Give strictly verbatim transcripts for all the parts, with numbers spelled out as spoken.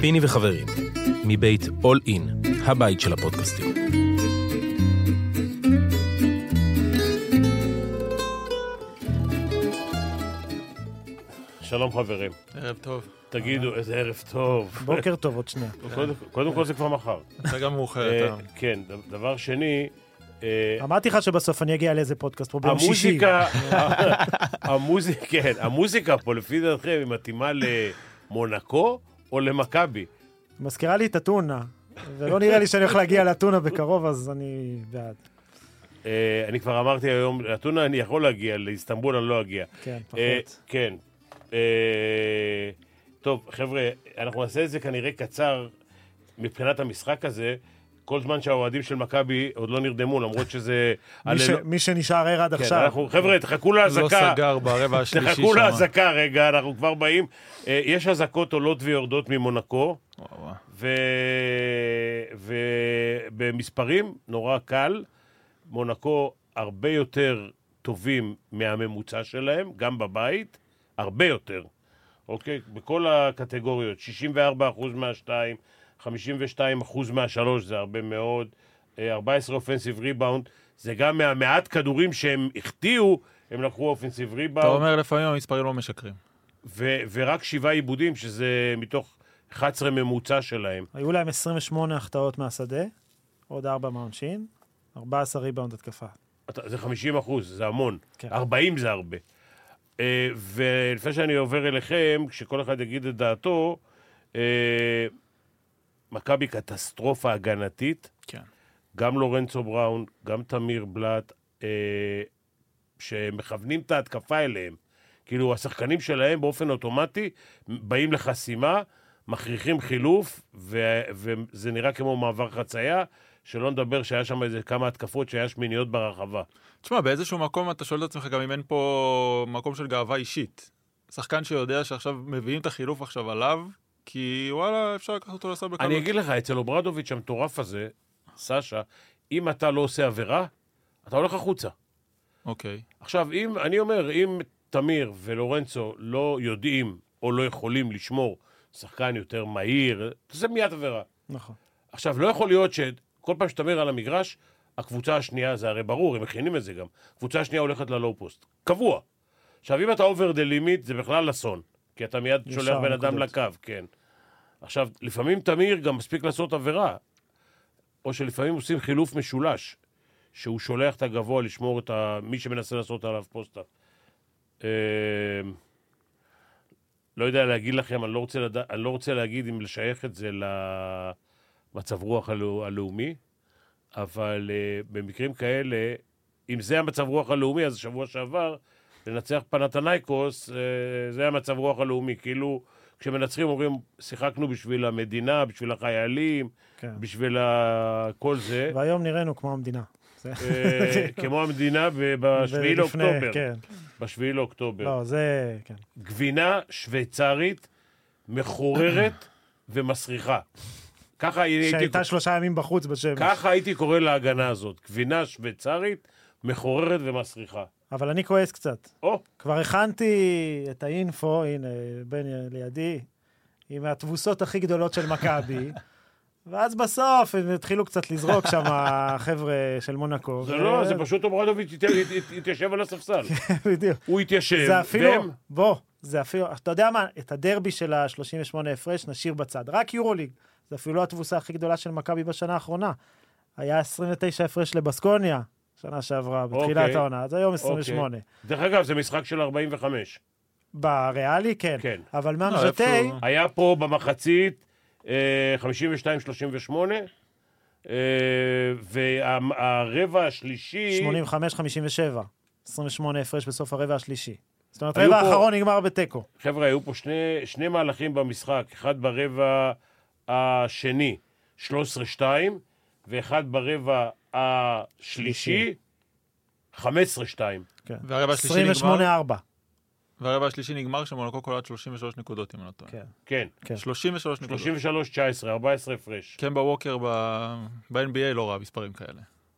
פיני וחברים, מבית All In, הבית של הפודקאסטים. שלום חברים. ערב טוב. תגידו, איזה ערב טוב. בוקר טוב, עוד שנייה. קודם כל זה כבר מחר. אתה גם מאוחר. כן, דבר שני... אמרתי לך שבסוף אני אגיע לאיזה פודקאסט פה ביום שישי. המוזיקה, המוזיקה, כן, המוזיקה פה לפי דעתכם היא מתאימה למונקו או למכבי? מזכירה לי את אתונה, ולא נראה לי שאני הולך להגיע לאתונה בקרוב, אז אני בעד. אני כבר אמרתי היום, לאתונה אני יכול להגיע, לאיסטנבול אני לא אגיע. כן, פחות. כן. טוב, חבר'ה, אנחנו נעשה את זה כנראה קצר מבחינת המשחק הזה, כל זמן שהאוהדים של מכבי עוד לא נרדמו, למרות שזה... מי שנשאר ער עד עכשיו. חבר'ה, תחכו להזקה. לא סגר ברבע השלישי שם. תחכו להזקה רגע, אנחנו כבר באים. יש הזקות עולות ויורדות ממונקו, ובמספרים נורא קל, מונקו הרבה יותר טובים מהממוצע שלהם, גם בבית, הרבה יותר. אוקיי? בכל הקטגוריות, שישים וארבעה אחוז מהשתיים, חמישים ושתיים אחוז מהשלוש, זה הרבה מאוד, ארבע עשרה אופנסיב ריבאונד, זה גם מהמעט כדורים שהם הכתיעו, הם לקחו אופנסיב ריבאונד. אתה אומר לפעמים המספרים לא משקרים. ו- ורק שבעה עיבודים, שזה מתוך אחת עשרה ממוצע שלהם. היו להם עשרים ושמונה החטאות מהשדה, עוד ארבע מהעונשין, ארבע עשרה ריבאונד התקפה. זה חמישים אחוז, זה המון. כן. ארבעים זה הרבה. ולפני שאני עובר אליכם, כשכל אחד יגיד את דעתו, מכבי קטסטרופה הגנתית, כן. גם לורנצו בראון, גם תמיר בלאט, אה, שמכוונים את ההתקפה אליהם. כאילו, השחקנים שלהם באופן אוטומטי באים לחסימה, מכריחים חילוף, ו- וזה נראה כמו מעבר חצייה, שלא נדבר שהיה שם איזה כמה התקפות שהיה שמיניות ברחבה. תשמע, באיזשהו מקום אתה שואל את עצמך גם אם אין פה מקום של גאווה אישית. שחקן שיודע שעכשיו מביאים את החילוף עכשיו עליו, כי וואלה, אפשר לקחת אותו לסל בקלות. אני אגיד לך, אצל אוברדוביץ' המטורף הזה, סשה, אם אתה לא עושה עבירה, אתה הולך החוצה. אוקיי. עכשיו, אם, אני אומר, אם תמיר ולורנצו לא יודעים או לא יכולים לשמור שחקן יותר מהיר, תעשה מיד עבירה. נכון. עכשיו, לא יכול להיות שכל פעם שתמיר על המגרש, הקבוצה השנייה, זה הרי ברור, הם מכינים את זה גם, הקבוצה השנייה הולכת ללואו פוסט. קבוע. עכשיו, אם אתה אובר דה לימיט, זה בכלל אסון. כי אתה מיד שולח בן אדם לקו, כן. עכשיו, לפעמים תמיר גם מספיק לעשות עבירה, או שלפעמים עושים חילוף משולש, שהוא שולח את הגבוה לשמור את מי שמנסה לעשות עליו פוסטה. לא יודע להגיד לכם, אני לא רוצה, לד... אני לא רוצה להגיד אם לשייך את זה למצב רוח הלאומי, אבל במקרים כאלה, אם זה המצב רוח הלאומי, אז שבוע שעבר, לנצח פנתנייקוס, זה המצב רוח הלאומי, כאילו, כשמנצחים אומרים, שיחקנו בשביל המדינה, בשביל החיילים, כן. בשביל כל זה. והיום נראינו כמו המדינה. כמו המדינה בשביעי לאוקטובר. כן. בשביעי לאוקטובר. לא, זה, כן. גבינה שוויצרית, מחוררת ומסריחה. ככה הייתי... שהייתה שלושה ימים בחוץ בשמש. ככה הייתי קורא להגנה הזאת. גבינה שוויצרית, מחוררת ומסריחה. אבל אני כועס קצת. או. כבר הכנתי את האינפו, הנה, בין לידי, עם התבוסות הכי גדולות של מכבי, ואז בסוף הם התחילו קצת לזרוק שם החבר'ה של מונקו. זה לא, זה פשוט אוברדוביץ' התיישב על הספסל. בדיוק. הוא התיישב, זה אפילו, בוא, זה אפילו, אתה יודע מה, את הדרבי של ה-שלושים ושמונה הפרש נשאיר בצד. רק יורוליג, זה אפילו לא התבוסה הכי גדולה של מכבי בשנה האחרונה. היה עשרים ותשע הפרש לבסקוניה. שנה שעברה, בתחילת העונה, אז היום עשרים ושמונה. דרך אגב, זה משחק של ארבעים וחמש. בריאלי, כן. כן. אבל מה משתי... היה פה במחצית חמישים ושתיים שלושים ושמונה, והרבע השלישי... שמונים וחמש חמישים ושבע. עשרים ושמונה הפרש בסוף הרבע השלישי. זאת אומרת, הרבע האחרון נגמר בטקו. חבר'ה, היו פה שני מהלכים במשחק, אחד ברבע השני, שלוש עשרה שתיים, ואחד ברבע השלישי, חמש עשרה שתיים. כן. והרבע השלישי עשרים ושמונה ארבע. והרבע השלישי נגמר שמונקו קולט שלושים ושלוש נקודות, אם אני לא טועה. כן. כן. שלושים ושלוש נקודות. שלושים ושלוש תשע עשרה, ארבע עשרה הפרש. כן, בווקר, ב-אן בי איי לא ראה מספרים כאלה.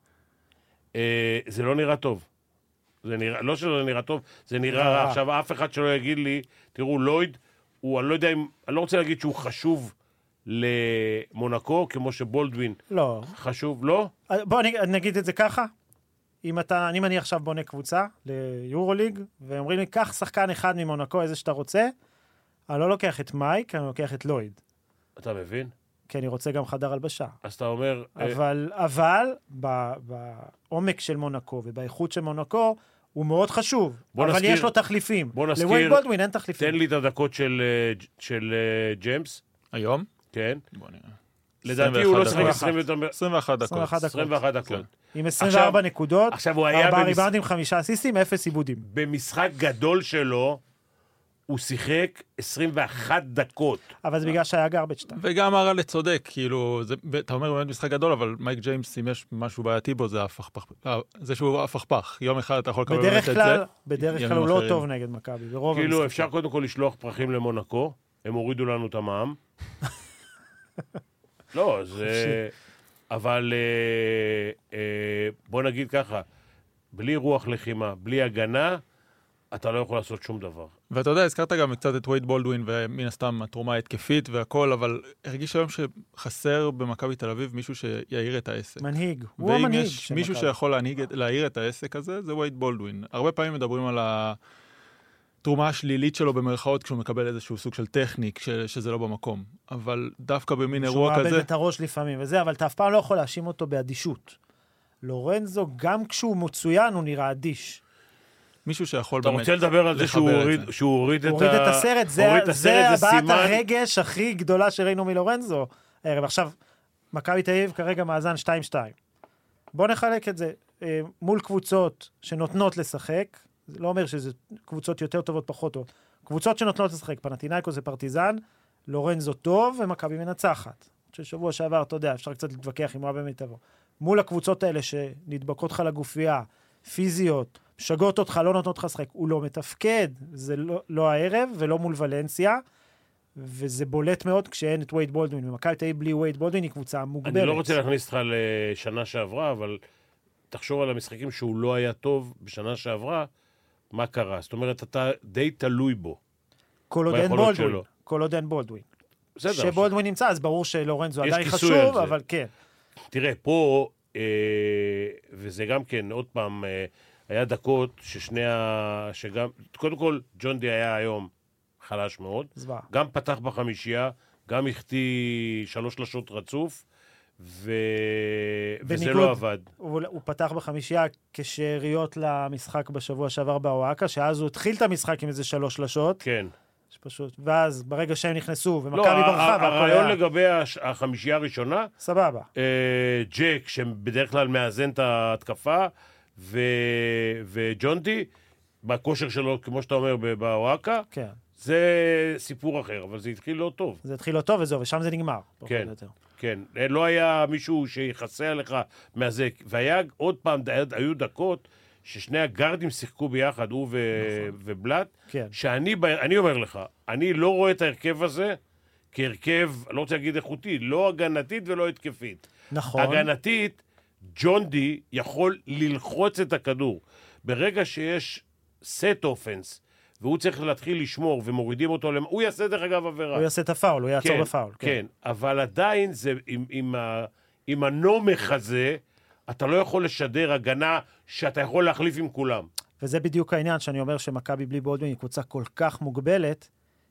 זה לא נראה טוב. זה נראה, לא שלא נראה טוב, זה נראה רע. עכשיו, אף אחד שלא יגיד לי, תראו, לויד, הוא, אני לא יודע אם, אני לא רוצה להגיד שהוא חשוב למונקו, כמו שבולדווין לא. חשוב, לא? בוא נגיד את זה ככה. אם אתה, אני מניח עכשיו בונה קבוצה ליורוליג, ואומרים לי, קח שחקן אחד ממונקו, איזה שאתה רוצה, אני לא לוקח את מייק, אני לוקח את לויד. אתה מבין? כי אני רוצה גם חדר הלבשה. אז אתה אומר... אבל, אבל, בעומק של מונקו ובאיכות של מונקו, הוא מאוד חשוב. אבל נזכיר, יש לו תחליפים. בוא נזכיר... לווייד בולדווין אין תחליפים. תן לי את הדקות של, של uh, ג'יימס. היום? כן. בוא נראה. לדעתי הוא לא צריך עשרים ואחת דקות. עשרים ואחת דקות. עם עשרים וארבע נקודות, עכשיו הוא היה... ארבעה ריבאונדים, חמישה אסיסטים, אפס עיבודים. במשחק גדול שלו, הוא שיחק עשרים ואחת דקות. אבל זה בגלל שהיה גרבג' שתיים. וגם הרלה צודק, כאילו, זה, אתה אומר באמת משחק גדול, אבל מייק ג'יימס, אם יש משהו בעייתי בו, זה הפכפך, זה שהוא הפכפך. יום אחד אתה יכול לקבל באמת את זה. בדרך כלל הוא לא טוב נגד מכבי, ברוב המשחקים. כאילו, אפשר קודם כל לשלוח פרחים למונקו, הם הורידו לנו את המע"מ. לא, זה... אבל בוא נגיד ככה, בלי רוח לחימה, בלי הגנה, אתה לא יכול לעשות שום דבר. ואתה יודע, הזכרת גם קצת את וייד בולדווין, ומן הסתם התרומה ההתקפית והכל, אבל הרגיש היום שחסר במכבי תל אביב מישהו שיעיר את העסק. מנהיג, הוא המנהיג. ואם יש מישהו שיכול להנהיג, להעיר את העסק הזה, זה וייד בולדווין. הרבה פעמים מדברים על התרומה השלילית שלו במרכאות, כשהוא מקבל איזשהו סוג של טכניק, שזה לא במקום. אבל דווקא במין אירוע כזה... שהוא מאבד את הראש לפעמים וזה, אבל אתה אף פעם לא יכול להאשים אותו באדישות. לורנזו, גם כשהוא מצוין, הוא נראה אדיש. מישהו שיכול באמת... אתה רוצה לדבר על זה שהוא הוריד את הסרט, זה הבעת הרגש הכי גדולה שראינו מלורנזו. עכשיו, מכבי תל אביב כרגע מאזן שתיים שתיים. בוא נחלק את זה. מול קבוצות שנותנות לשחק, זה לא אומר שזה קבוצות יותר טובות פחות טובות. קבוצות שנותנות לשחק, פנתינייקוס ופרטיזן, לורנזו טוב ומכבי מנצחת. שבוע שעבר, אתה יודע, אפשר קצת להתווכח אם הוא היה באמת תבוא. מול הקבוצות האלה שנדבקות לך לגופייה, פיזיות, משגעות אותך, לא נותנות לך לשחק, הוא לא מתפקד, זה לא, לא הערב ולא מול ולנסיה, וזה בולט מאוד כשאין את וייד בולדווין, ומכבי תל אביב בלי וייד בולדווין היא קבוצה מוגבלת. אני לא רוצה להכניס אותך לשנה שעברה, אבל תחשוב על המשחקים שהוא לא היה טוב בשנה שעברה, מה קרה? זאת אומרת, אתה די תלוי בו. כל עוד אין בולדווין, כל עוד אין בולדווין. שבולדווין נמצא, אז ברור שלורנזו עדיין חשוב, אבל כן. תראה, פה, אה, וזה גם כן, עוד פעם, אה, היה דקות ששני ה... שגם, קודם כל, ג'ון די היה היום חלש מאוד. זווה. גם פתח בחמישייה, גם החטיא שלוש שלשות רצוף, ו... וזה לא עבד. הוא, הוא פתח בחמישייה כשאריות למשחק בשבוע שעבר באוהקה, שאז הוא התחיל את המשחק עם איזה שלוש שלשות. כן. פשוט, ואז ברגע שהם נכנסו, ומכבי לא, ברחה, הרעיון היה... לגבי החמישייה הראשונה, סבבה. אה, ג'ק, שבדרך כלל מאזן את ההתקפה, ו... וג'ונטי, בכושר שלו, כמו שאתה אומר, באוהקה, כן. זה סיפור אחר, אבל זה התחיל לא טוב. זה התחיל לא טוב וזהו, ושם זה נגמר. כן, כן. לא היה מישהו שיחסה עליך מהזה, והיה עוד פעם, היו דקות, ששני הגארדים שיחקו ביחד, הוא ו... נכון. ובלט, כן. שאני אני אומר לך, אני לא רואה את ההרכב הזה כהרכב, לא רוצה להגיד איכותי, לא הגנתית ולא התקפית. נכון. הגנתית, ג'ון די יכול ללחוץ את הכדור. ברגע שיש סט אופנס, והוא צריך להתחיל לשמור ומורידים אותו, למ... הוא יעשה דרך אגב עבירה. הוא יעשה את הפאול, הוא יעצור כן, בפאול. כן, כן, אבל עדיין זה, עם, עם, ה... עם הנומך הזה, אתה לא יכול לשדר הגנה שאתה יכול להחליף עם כולם. וזה בדיוק העניין שאני אומר שמכבי בלי בולדווין היא קבוצה כל כך מוגבלת,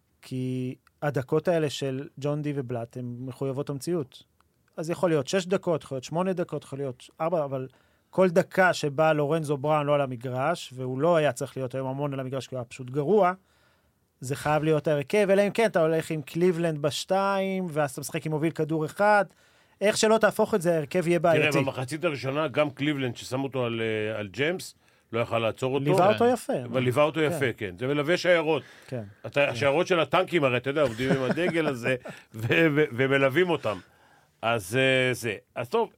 כי הדקות האלה של ג'ון די ובלט הן מחויבות המציאות. אז יכול להיות שש דקות, יכול להיות שמונה דקות, יכול להיות ארבע, אבל כל דקה שבה לורנזו בראון לא על המגרש, והוא לא היה צריך להיות היום המון על המגרש, כי הוא היה פשוט גרוע, זה חייב להיות הרכב, אלא אם כן אתה הולך עם קליבלנד בשתיים, ואז אתה משחק עם מוביל כדור אחד, איך שלא תהפוך את זה, הרכב יהיה בעייתי. תראה, במחצית הראשונה, גם קליבלנד ששם אותו על, על ג'יימס, לא יכל לעצור אותו. ליווה אותו יפה. אבל ליווה אותו יפה, כן. זה מלווה שיירות. כן. השיירות של הטנקים, הרי אתה יודע, עובדים עם הדגל הזה, ומלווים אותם. אז זה. אז טוב.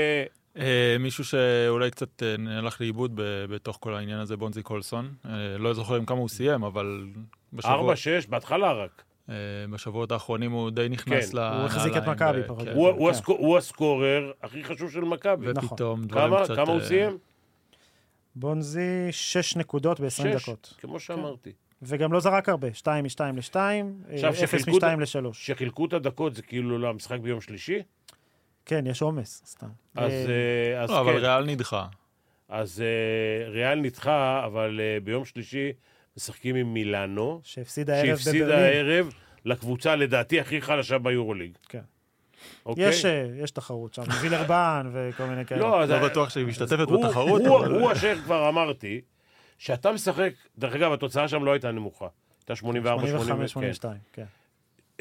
מישהו שאולי קצת נלך לאיבוד בתוך כל העניין הזה, בונזי קולסון. לא זוכר עם כמה הוא סיים, אבל... ארבע שש, בהתחלה רק. בשבועות האחרונים הוא די נכנס ל... הוא החזיק את מכבי. הוא הסקורר הכי חשוב של מכבי. ופתאום דברים קצת... כמה הוא סיים? בונזי שש נקודות ב-עשרים דקות. כמו שאמרתי. וגם לא זרק הרבה, שתיים משתיים לשתיים, אפס משתיים לשלוש. שחילקו את הדקות זה כאילו לא המשחק ביום שלישי? כן, יש עומס, סתם. אז, אה, אז לא, כן. אבל ריאל נדחה. אז אה, ריאל נדחה, אבל אה, ביום שלישי משחקים עם מילאנו, שהפסיד הערב בברלין. שהפסיד הערב לקבוצה לדעתי הכי חלשה ביורוליג. כן. אוקיי? יש, יש תחרות שם, וילרבן וכל מיני כאלה. לא, לא בטוח שהיא משתתפת הוא- בתחרות. הוא- אבל- הוא אשר כבר אמרתי, שאתה משחק, דרך אגב, התוצאה שם לא הייתה נמוכה. הייתה שמונים וארבע שמונים וחמש שמונים שמונים ושתיים, כן. אה,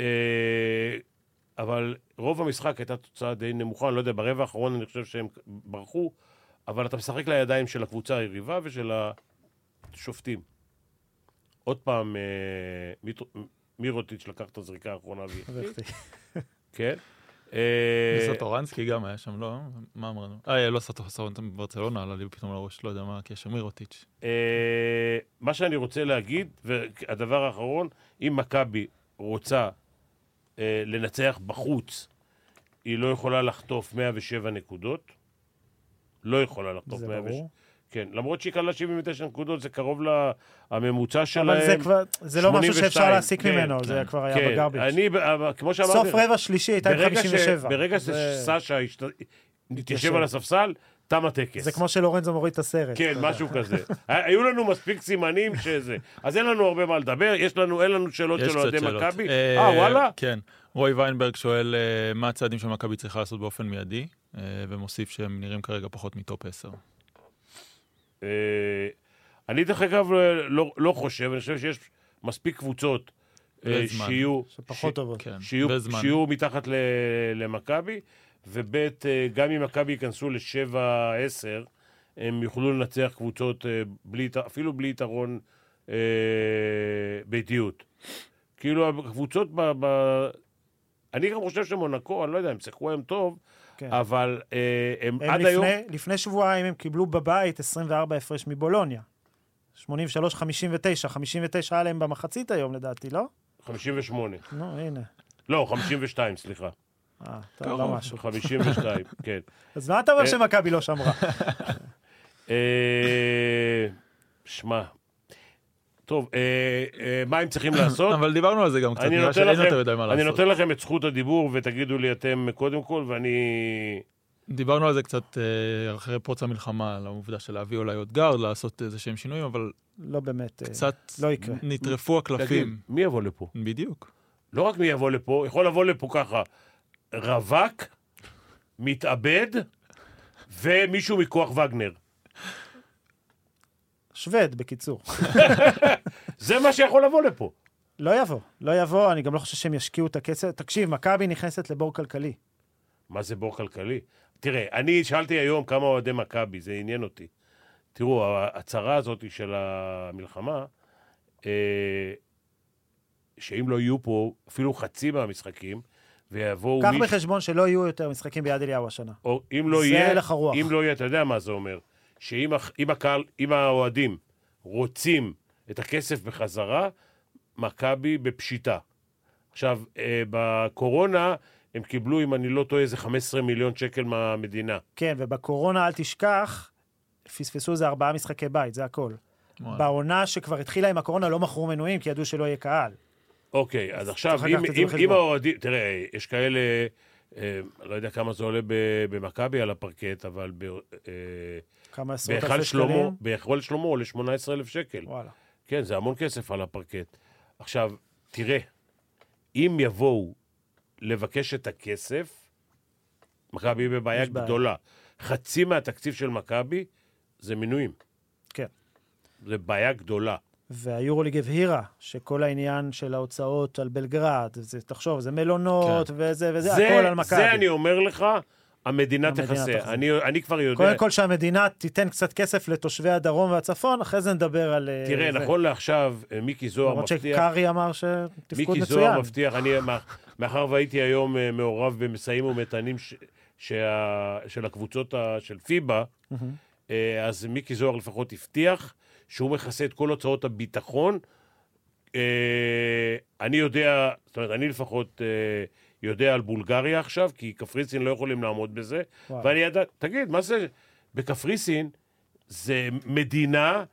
אבל רוב המשחק הייתה תוצאה די נמוכה, אני לא יודע, ברבע האחרון אני חושב שהם ברחו, אבל אתה משחק לידיים של הקבוצה היריבה ושל השופטים. עוד פעם, אה, מיט- מירוטיץ' לקח את הזריקה האחרונה והחטיא, כן? אה, סטורנסקי גם היה שם, לא? מה אמרנו? אה, לא סטורנסקי, ברצלונה עלה לי פתאום לראש, לא יודע מה, קשר מירוטיץ'. אה, מה שאני רוצה להגיד, והדבר האחרון, אם מכבי רוצה אה, לנצח בחוץ, היא לא יכולה לחטוף מאה ושבע נקודות. לא יכולה לחטוף זה מאה ושבע. ברור. כן, למרות שהיא קלה שבעים ותשע נקודות, זה קרוב לממוצע שלהם. אבל זה כבר, זה לא משהו שמונים ושתיים, שאפשר להסיק כן, ממנו, זה כבר היה כן, בגרביץ'. אני, אבל כמו שאמרתי, סוף רבע שלישי הייתה עם ברגע חמישים ושבע. ש- ברגע זה- שסשה השת- מתיישב. התיישב על הספסל, תם הטקס. זה כמו שלורנזו מוריד את הסרט. כן, אתה יודע. משהו כזה. היו לנו מספיק סימנים שזה. אז אין לנו הרבה מה לדבר, יש לנו, אין לנו שאלות יש של קצת אוהדי שאלות. מכבי. אה, אה, וואלה? כן. רוי ויינברג שואל אה, מה הצעדים שמכבי צריכה לעשות באופן מיידי, אה, ומוסיף שהם נראים כרגע פחות מטופ עשר. אה, אני דרך אגב לא, לא חושב, אני חושב שיש מספיק קבוצות אה, וזמן. שיהיו, שפחות טובות. כן, שיהיו, וזמן. שיהיו מתחת ל, למכבי, ובית, אה, גם אם מכבי ייכנסו לשבע עשר, הם יוכלו לנצח קבוצות אה, בלי, אפילו בלי יתרון אה, ביתיות. כאילו הקבוצות ב... ב... אני גם חושב שמונקו, אני לא יודע, הם שיחקו היום טוב, כן. אבל אה, הם, הם עד לפני, היום... לפני שבועיים הם קיבלו בבית עשרים וארבע הפרש מבולוניה. שמונים ושלוש חמישים ותשע, חמישים ותשע היה להם במחצית היום לדעתי, לא? חמישים ושמונה. נו, הנה. לא, חמישים ושתיים, סליחה. אה, טוב, לא משהו. חמישים ושתיים, כן. אז מה אתה אומר אה, שמכבי לא שמרה? אה, שמע, טוב, אה, אה, מה הם צריכים לעשות? אבל דיברנו על זה גם קצת, אני נראה נותן שאין לכם- יותר מדי מה אני לעשות. נותן לכם את זכות הדיבור ותגידו לי אתם קודם כל, ואני... דיברנו על זה קצת אה, אחרי פרוץ המלחמה, על העובדה של להביא אולי עוד גארד, לעשות איזה שהם שינויים, אבל לא באמת. אה, קצת לא יקרה. נטרפו תגיד, הקלפים. מי יבוא לפה? בדיוק. לא רק מי יבוא לפה, יכול לבוא לפה ככה, רווק, מתאבד, ומישהו מכוח וגנר. שווד, בקיצור. זה מה שיכול לבוא לפה. לא יבוא, לא יבוא, אני גם לא חושב שהם ישקיעו את הכסף. תקשיב, מכבי נכנסת לבור כלכלי. מה זה בור כלכלי? תראה, אני שאלתי היום כמה אוהדי מכבי, זה עניין אותי. תראו, ההצהרה הזאת של המלחמה, אה, שאם לא יהיו פה אפילו חצי מהמשחקים, ויבואו קח מישהו... בחשבון שלא יהיו יותר משחקים ביד אליהו השנה. או אם לא זה יהיה... הלך הרוח. אם לא יהיה, אתה יודע מה זה אומר? שאם הח- אם הקהל, אם האוהדים רוצים את הכסף בחזרה, מכבי בפשיטה. עכשיו, אה, בקורונה הם קיבלו, אם אני לא טועה, איזה חמישה עשר מיליון שקל מהמדינה. כן, ובקורונה, אל תשכח, פספסו איזה ארבעה משחקי בית, זה הכל. וואלה. בעונה שכבר התחילה עם הקורונה לא מכרו מנויים, כי ידעו שלא יהיה קהל. אוקיי, אז עכשיו, צריך אם, לקחת את זה אם, בחשבון. אם האוהדים, תראה, יש כאלה, אה, לא יודע כמה זה עולה ב- במכבי על הפרקט, אבל ב- אה, כמה עשרות בהיכל אלפי שלמה, שקלים. בהיכל שלמה עולה שמונה עשרה אלף שקל. וואלה. כן, זה המון כסף על הפרקט. עכשיו, תראה, אם יבואו לבקש את הכסף, מכבי היא בבעיה יש בעיה. גדולה. חצי מהתקציב של מכבי זה מינויים. כן. זה בעיה גדולה. והיורוליג הבהירה שכל העניין של ההוצאות על בלגרד, זה, תחשוב, זה מלונות כן. וזה וזה, זה, הכל על מכבי. זה אני אומר לך, המדינה המדינה תכסה. תכסה. אני, אני כבר יודע... קודם כל שהמדינה תיתן קצת כסף לתושבי הדרום והצפון, אחרי זה נדבר על... אה, תראה, זה. נכון לעכשיו, מיקי זוהר למרות מבטיח... שקארי אמר שתפקוד מיקי מצוין. זוהר מבטיח, אני, מאחר והייתי היום אה, מעורב במסעים ומתנים ש, שה, של הקבוצות ה, של פיבה, מהמם. אה, אז מיקי זוהר לפחות הבטיח שהוא מכסה את כל הוצאות הביטחון. אה, אני יודע, זאת אומרת, אני לפחות אה, יודע על בולגריה עכשיו, כי קפריסין לא יכולים לעמוד בזה, וואו. ואני ידע, תגיד, מה זה, בקפריסין זה מדינה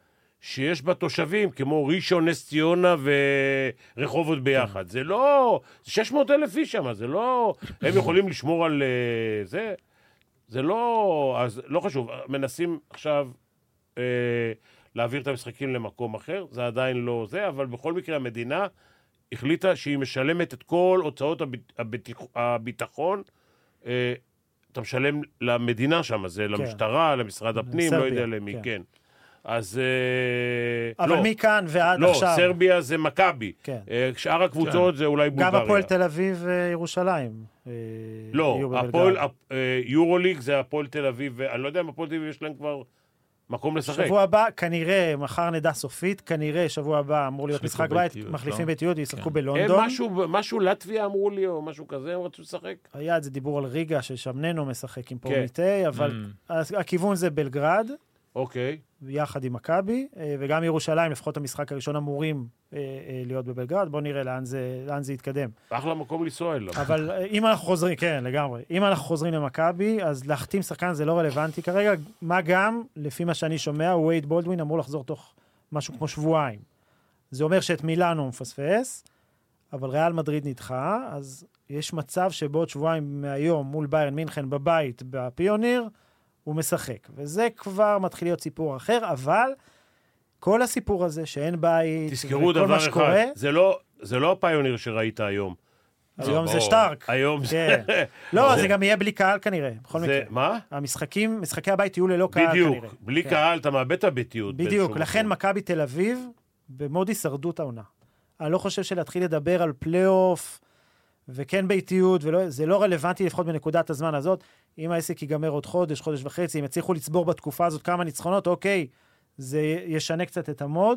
שיש בה תושבים, כמו ראשון, נס ציונה ורחובות ביחד. זה לא... זה שש מאות אלף איש שם, זה לא... הם יכולים לשמור על uh, זה. זה לא... אז לא חשוב. מנסים עכשיו uh, להעביר את המשחקים למקום אחר. זה עדיין לא זה, אבל בכל מקרה המדינה החליטה שהיא משלמת את כל הוצאות הביט... הביט... הביטחון. Uh, אתה משלם למדינה שם, זה כן. למשטרה, למשרד הפנים, סרביה, לא יודע למי, כן. כן. אז... אבל לא, מכאן ועד לא, עכשיו... לא, סרביה זה מכבי. כן. שאר הקבוצות כן. זה אולי בולגריה. גם הפועל תל אביב וירושלים. לא, הפועל, יורוליג זה הפועל תל אביב, אני לא יודע אם הפועל תל אביב יש להם כבר מקום לשחק. שבוע הבא, כנראה, מחר נדע סופית, כנראה שבוע הבא אמור להיות משחק בית, מחליפים ביתיות, וישחקו בלונדון. משהו לטביה אמרו לי, או משהו כזה, הם רצו לשחק? היה איזה דיבור על ריגה, ששמננו משחק עם פורמיטי, אבל הכיוון זה בלגרד. אוקיי. יחד עם מכבי, וגם ירושלים, לפחות המשחק הראשון אמורים להיות בבלגרד. בואו נראה לאן זה, לאן זה יתקדם. אחלה מקום לנסוע אליו. אבל אם אנחנו חוזרים, כן, לגמרי. אם אנחנו חוזרים למכבי, אז להחתים שחקן זה לא רלוונטי כרגע. מה גם, לפי מה שאני שומע, וייד בולדווין אמור לחזור תוך משהו כמו שבועיים. זה אומר שאת מילאנו מפספס, אבל ריאל מדריד נדחה, אז יש מצב שבעוד שבועיים מהיום מול ביירן מינכן בבית, בפיוניר, הוא משחק. וזה כבר מתחיל להיות סיפור אחר, אבל כל הסיפור הזה שאין בית, תזכרו דבר אחד, שקורה, זה לא, זה לא הפיוניר שראית היום. היום זה שטארק. היום זה... לא, זה גם יהיה בלי קהל כנראה, בכל מקרה. מה? המשחקים, משחקי הבית יהיו ללא קהל כנראה. בדיוק, בלי קהל אתה מאבד את הביתיות. בדיוק, לכן מכבי תל אביב במוד הישרדות העונה. אני לא חושב שלהתחיל לדבר על פלייאוף וכן ביתיות, זה לא רלוונטי לפחות בנקודת הזמן הזאת. אם העסק ייגמר עוד חודש, חודש וחצי, אם יצליחו לצבור בתקופה הזאת כמה ניצחונות, אוקיי, זה ישנה קצת את המוד.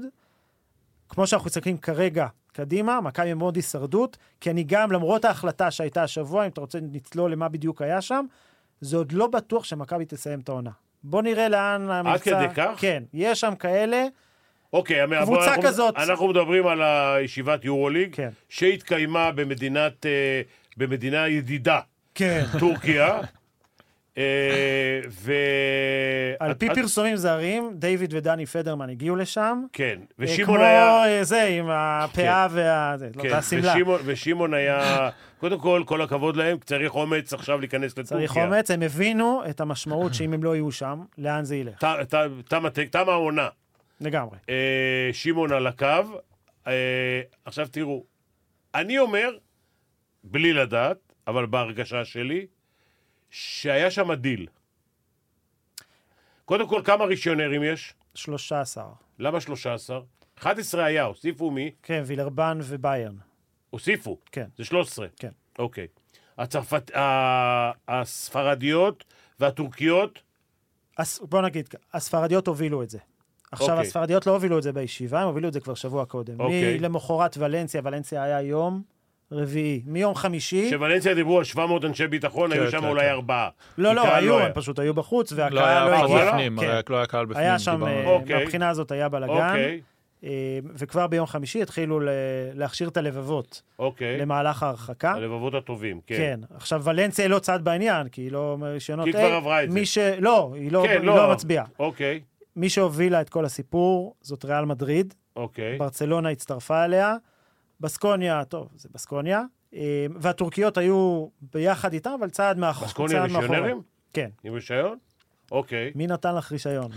כמו שאנחנו מסתכלים כרגע קדימה, מכבי מאוד הישרדות, כי אני גם, למרות ההחלטה שהייתה השבוע, אם אתה רוצה נצלול למה בדיוק היה שם, זה עוד לא בטוח שמכבי תסיים את העונה. בוא נראה לאן המבצע... עד כדי כך? כן, יש שם כאלה... אוקיי, קבוצה אנחנו, כזאת. אנחנו מדברים על הישיבת יורוליג, כן. שהתקיימה במדינת, במדינה ידידה, כן. טורקיה, ו... על פי פרסומים זרים, דיוויד ודני פדרמן הגיעו לשם. כן, ושמעון היה... כמו זה, עם הפאה והסמלה. ושמעון היה... קודם כל, כל הכבוד להם, צריך אומץ עכשיו להיכנס לטורקיה. צריך אומץ, הם הבינו את המשמעות שאם הם לא יהיו שם, לאן זה ילך. תם העונה. לגמרי. שמעון על הקו. עכשיו תראו, אני אומר, בלי לדעת, אבל בהרגשה שלי, שהיה שם דיל. קודם כל, כמה רישיונרים יש? שלושה עשר. למה שלושה עשר? אחד עשר היה, הוסיפו מי? כן, וילרבן וביירן. הוסיפו? כן. זה שלוש עשרה? כן. אוקיי. הצרפת... הספרדיות והטורקיות? בוא נגיד, הספרדיות הובילו את זה. עכשיו, אוקיי. הספרדיות לא הובילו את זה בישיבה, הם הובילו את זה כבר שבוע קודם. אוקיי. מלמחרת ולנסיה, ולנסיה היה יום... רביעי, מיום חמישי. שוולנסיה דיברו על שבע מאות אנשי ביטחון, היו שם אולי ארבעה. לא, לא, היו, הם פשוט היו בחוץ, והקהל לא הגיע. לא היה קהל בפנים. היה שם, מבחינה הזאת היה בלגן, וכבר ביום חמישי התחילו להכשיר את הלבבות למהלך ההרחקה. הלבבות הטובים, כן. כן, עכשיו ולנסיה לא צעד בעניין, כי היא לא מרישיונות. כי היא כבר עברה את זה. לא, היא לא מצביעה. אוקיי. מי שהובילה את כל הסיפור, זאת ריאל מדריד. אוקיי. ברצלונה הצטרפה אליה. בסקוניה, טוב, זה בסקוניה, והטורקיות היו ביחד איתם, אבל צעד מאחור. בסקוניה רישיונרים? כן. עם רישיון? אוקיי. מי נתן לך רישיון?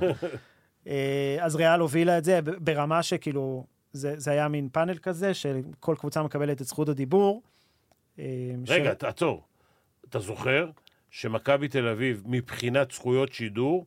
אז ריאל הובילה את זה ברמה שכאילו, זה היה מין פאנל כזה, שכל קבוצה מקבלת את זכות הדיבור. רגע, תעצור. אתה זוכר שמכבי תל אביב, מבחינת זכויות שידור,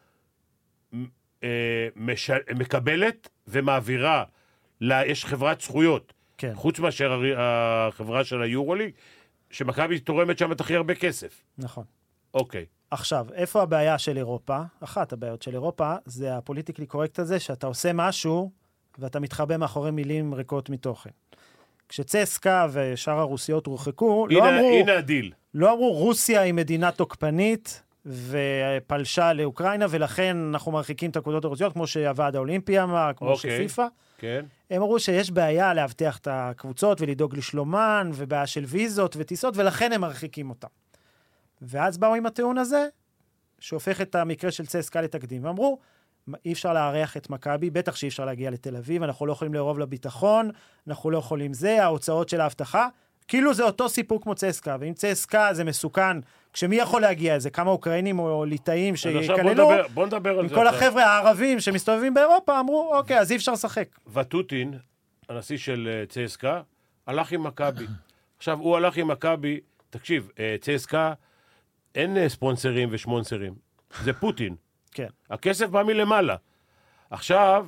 מקבלת ומעבירה, לה, יש חברת זכויות, כן. חוץ מאשר החברה של היורוליג, שמכבי תורמת שם את הכי הרבה כסף. נכון. אוקיי. עכשיו, איפה הבעיה של אירופה? אחת הבעיות של אירופה, זה הפוליטיקלי קורקט הזה, שאתה עושה משהו, ואתה מתחבא מאחורי מילים ריקות מתוכן. כשצסקה ושאר הרוסיות הורחקו, הנה, לא אמרו... הנה הדיל. לא אמרו, רוסיה היא מדינה תוקפנית, ופלשה לאוקראינה, ולכן אנחנו מרחיקים את הקבוצות הרוסיות, כמו שהוועד האולימפי אמר, כמו אוקיי. שפיפה. כן. הם אמרו שיש בעיה להבטיח את הקבוצות ולדאוג לשלומן, ובעיה של ויזות וטיסות, ולכן הם מרחיקים אותם. ואז באו עם הטיעון הזה, שהופך את המקרה של צסקה לתקדים, ואמרו, אי אפשר לארח את מכבי, בטח שאי אפשר להגיע לתל אביב, אנחנו לא יכולים לערוב לביטחון, אנחנו לא יכולים זה, ההוצאות של ההבטחה, כאילו זה אותו סיפוק כמו צסקה, ואם צסקה זה מסוכן, כשמי יכול להגיע איזה כמה אוקראינים או ליטאים שיקללו, בוא נדבר על זה. כל החבר'ה הערבים שמסתובבים באירופה אמרו, אוקיי, אז אי אפשר לשחק. וטוטין, הנשיא של צסקה, הלך עם מכבי. עכשיו, הוא הלך עם מכבי, תקשיב, צסקה, אין ספונסרים ושמונסרים, זה פוטין. כן. הכסף בא מלמעלה. עכשיו,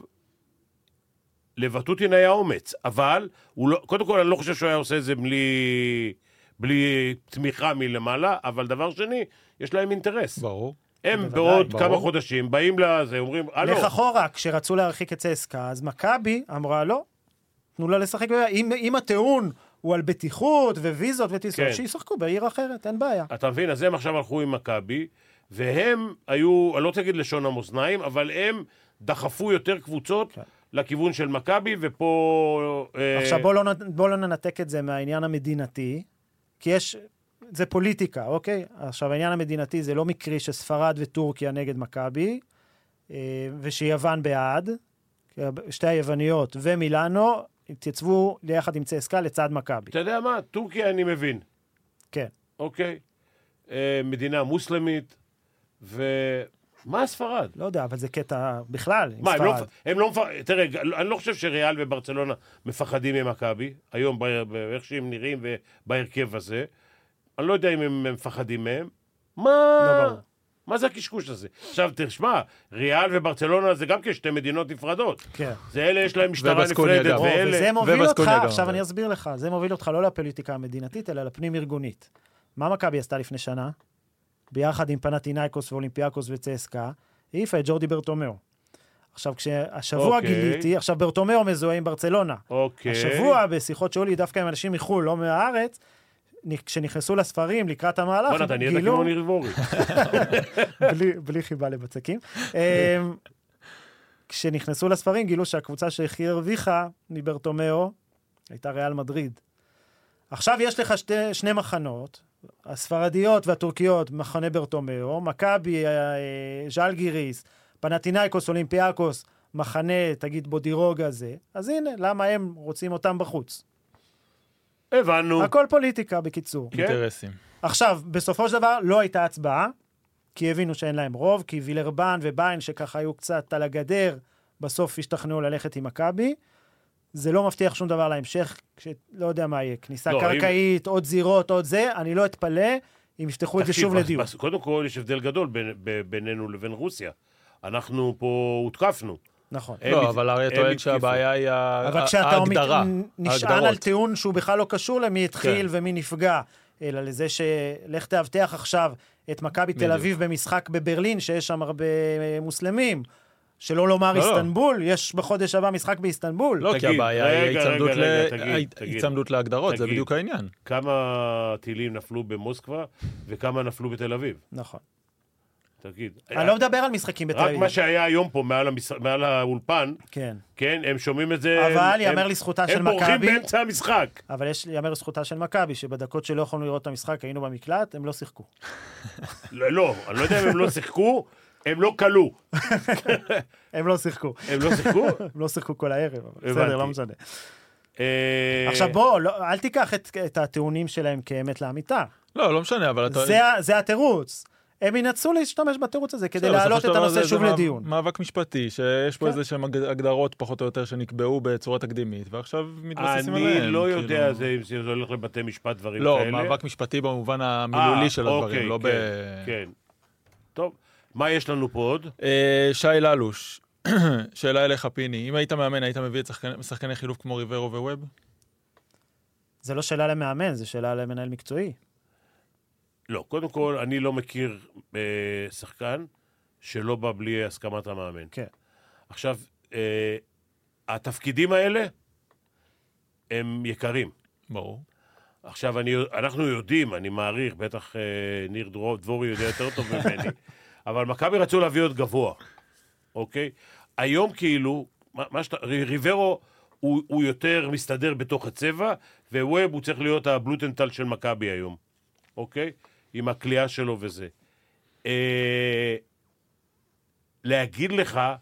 לוטוטין היה אומץ, אבל, הוא לא, קודם כל, אני לא חושב שהוא היה עושה את זה בלי, בלי תמיכה מלמעלה, אבל דבר שני, יש להם אינטרס. ברור. הם בוודאי, בעוד ברור. כמה חודשים באים לזה, אומרים, הלו. לך אחורה, כשרצו להרחיק את צסקה, אז מכבי אמרה, לא, תנו לה לשחק, אם, אם הטיעון הוא על בטיחות וויזות וטיסות, כן. שישחקו בעיר אחרת, אין בעיה. אתה מבין, אז הם עכשיו הלכו עם מכבי, והם היו, אני לא רוצה להגיד לשון המאזניים, אבל הם דחפו יותר קבוצות כן. לכיוון של מכבי, ופה... עכשיו אה, בוא לא, בוא לא ננתק את זה מהעניין המדינתי, כי יש, זה פוליטיקה, אוקיי? עכשיו העניין המדינתי זה לא מקרי שספרד וטורקיה נגד מכבי, אה, ושיוון בעד, שתי היווניות ומילאנו, התייצבו ליחד עם צסקה לצד מכבי. אתה יודע מה? טורקיה אני מבין. כן. אוקיי? אה, מדינה מוסלמית, ומה ספרד? לא יודע, אבל זה קטע בכלל, עם מה, הם לא, ספרד. הם לא מפחדים, תראה, אני לא חושב שריאל וברצלונה מפחדים ממכבי, היום באיך שהם נראים ובהרכב הזה, אני לא יודע אם הם מפחדים מהם, מה, לא ברור. מה זה הקשקוש הזה? עכשיו תשמע, ריאל וברצלונה זה גם כשתי מדינות נפרדות, כן. זה אלה יש להם משטרה ובסקוניה נפרדת, גם. ואלה... וזה מוביל אותך, ובסקוניה גם, עכשיו אבל. אני אסביר לך, זה מוביל אותך לא לפוליטיקה המדינתית, אלא לפנים ארגונית. מה מכבי עשתה לפני שנה? ביחד עם פנטינאיקוס ואולימפיאקוס וצסקה, העיפה את ג'ורדי ברטומיאו. עכשיו, כשהשבוע אוקיי. גיליתי, עכשיו ברטומיאו מזוהה עם ברצלונה. אוקיי. השבוע, בשיחות שהיו לי דווקא עם אנשים מחו"ל, לא מהארץ, כשנכנסו לספרים לקראת המהלך, בוא נתן, נהיית כמו ניר דבורי. בלי, בלי חיבה לבצקים. אמ, כשנכנסו לספרים, גילו שהקבוצה שהכי הרוויחה מברטומיאו, הייתה ריאל מדריד. עכשיו יש לך שתי, שני מחנות, הספרדיות והטורקיות, מחנה ברטומיאו, מכבי, ז'לגיריס, פנטינאיקוס, אולימפיאקוס, מחנה, תגיד בודירוג הזה, אז הנה, למה הם רוצים אותם בחוץ? הבנו. הכל פוליטיקה, בקיצור. כן. אינטרסים. עכשיו, בסופו של דבר לא הייתה הצבעה, כי הבינו שאין להם רוב, כי וילרבן וביין, שככה היו קצת על הגדר, בסוף השתכנעו ללכת עם מכבי. זה לא מבטיח שום דבר להמשך, כשלא יודע מה יהיה, כניסה לא, קרקעית, אם... עוד זירות, עוד זה, אני לא אתפלא אם יפתחו את זה שוב לדיון. קודם כל, יש הבדל גדול בין, בינינו לבין רוסיה. אנחנו פה הותקפנו. נכון. לא, אבל הרי טוען שהבעיה היא אבל כשאתה ההגדרה. נשען על טיעון שהוא בכלל לא קשור למי התחיל כן. ומי נפגע, אלא לזה שלך תאבטח עכשיו את מכבי תל אביב במשחק בברלין, שיש שם הרבה מוסלמים, שלא לומר לא, איסטנבול, לא. יש בחודש הבא משחק באיסטנבול. לא, תגיד, כי הבעיה רגע, היא רגע, רגע, תגיד, תגיד. הצמדות להגדרות, זה תגיד. בדיוק העניין. כמה טילים נפלו במוסקבה וכמה נפלו בתל אביב? נכון. תגיד. אני לא מדבר על משחקים בתל רק אביב. מה שהיה היום פה מעל, המש... מעל האולפן, כן. כן, הם שומעים את זה... אבל הם, יאמר הם, לזכותה של הם בורחים מכבי, באמצע המשחק. אבל יש יאמר לזכותה של מכבי, שבדקות שלא יכולנו לראות את המשחק, היינו במקלט, הם לא שיחקו. לא, לא, אני לא יודע אם הם לא שיחקו, הם לא קלו. הם לא שיחקו. הם לא שיחקו? הם לא שיחקו כל הערב, אבל הבנתי. בסדר, לא משנה. אה, עכשיו בוא, לא, אל תיקח את, את הטיעונים שלהם כאמת לאמיתה. לא, לא משנה, אבל אתה... זה, ה- זה התירוץ. הם ינצלו להשתמש בתירוץ הזה כדי בסדר, להעלות בסופו את של דבר הנושא זה- שוב זה לדיון. מאבק משפטי, שיש פה כן. איזה שהם הגדרות פחות או יותר שנקבעו בצורה תקדימית, ועכשיו מתבססים עליהם. אני לא כאילו. יודע זה- אם זה הולך לבתי משפט, דברים לא, כאלה. מאבק משפטי במובן אה, המילולי של אוקיי, הדברים, לא כן, ב... כן. טוב, מה יש לנו פה עוד? אה, שי ללוש, שאלה אליך פיני, אם היית מאמן, היית מביא את שחקני- שחקני חילוף כמו ריברו וווב? זה לא שאלה למאמן, זה שאלה למנהל מקצועי. לא, קודם כל, אני לא מכיר אה, שחקן שלא בא בלי הסכמת המאמן. כן. עכשיו, אה, התפקידים האלה הם יקרים. ברור. עכשיו, אני, אנחנו יודעים, אני מעריך, בטח אה, ניר דרור, דבורי יודע יותר טוב ממני, אבל מכבי רצו להביא עוד גבוה, אוקיי? היום כאילו, מה, מה שאתה, ריברו הוא, הוא יותר מסתדר בתוך הצבע, וווב הוא צריך להיות הבלוטנטל של מכבי היום, אוקיי? עם הקליעה שלו וזה. אה, להגיד לך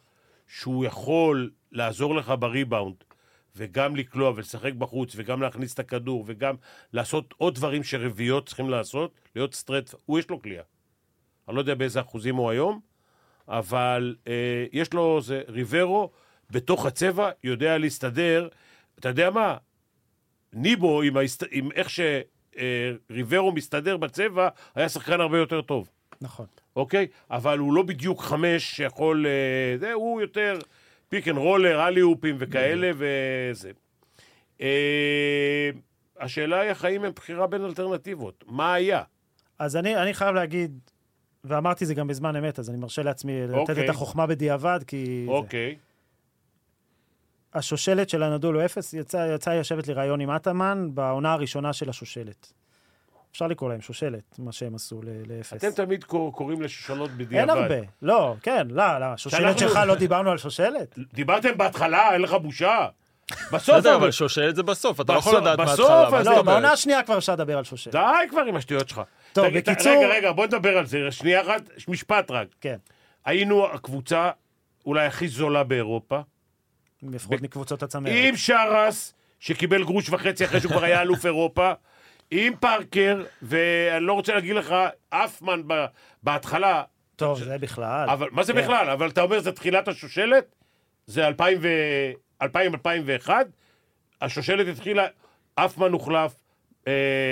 שהוא יכול לעזור לך בריבאונד, וגם לקלוע ולשחק בחוץ, וגם להכניס את הכדור, וגם לעשות עוד דברים שרביעיות צריכים לעשות, להיות סטרט, הוא יש לו קליעה. אני לא יודע באיזה אחוזים הוא היום, אבל אה, יש לו, זה ריברו, בתוך הצבע, יודע להסתדר. אתה יודע מה? ניבו, עם, ההסת... עם איך שריברו מסתדר בצבע, היה שחקן הרבה יותר טוב. נכון. אוקיי? אבל הוא לא בדיוק חמש שיכול... אה, זה, הוא יותר פיק אנד רולר, אלי-אופים וכאלה, וזה. אה, השאלה היא, החיים הם בחירה בין אלטרנטיבות. מה היה? אז אני, אני חייב להגיד, ואמרתי זה גם בזמן אמת, אז אני מרשה לעצמי לתת אוקיי. את החוכמה בדיעבד, כי... אוקיי. זה. השושלת של הנדולו אפס, יצא, יצא יושבת לי רעיון עם אטמן, בעונה הראשונה של השושלת. אפשר לקרוא להם שושלת, מה שהם עשו לאפס. אתם תמיד קוראים לשושלות בדיעבד. אין הרבה. לא, כן, לא, לא. שושלת שאנחנו- שלך לא דיברנו על שושלת? דיברתם בהתחלה, אין לך בושה. בסוף... בסדר, אבל שושלת זה בסוף, אתה לא יכול בסוף- לדעת בסוף, מההתחלה. אז מה לא, זאת לא, אומרת? בעונה השנייה כבר אפשר לדבר על שושלת. די כבר עם השטויות שלך. טוב, תגיד, ת- בקיצור- רגע, רגע, בוא נדבר על זה. שנייה אחת, משפט רק. כן, היינו הקבוצה אולי הכי זולה באירופה, לפחות מקבוצות הצמרת. עם שרס, שקיבל גרוש וחצי אחרי שהוא כבר היה אלוף אירופה, עם פארקר, ואני לא רוצה להגיד לך, אפמן ב- בהתחלה, טוב, זה בכלל. אבל, מה זה כן. בכלל? אבל אתה אומר, זה תחילת השושלת? זה אלפיים אלפיים ואחת? השושלת התחילה, אפמן הוחלף, אה,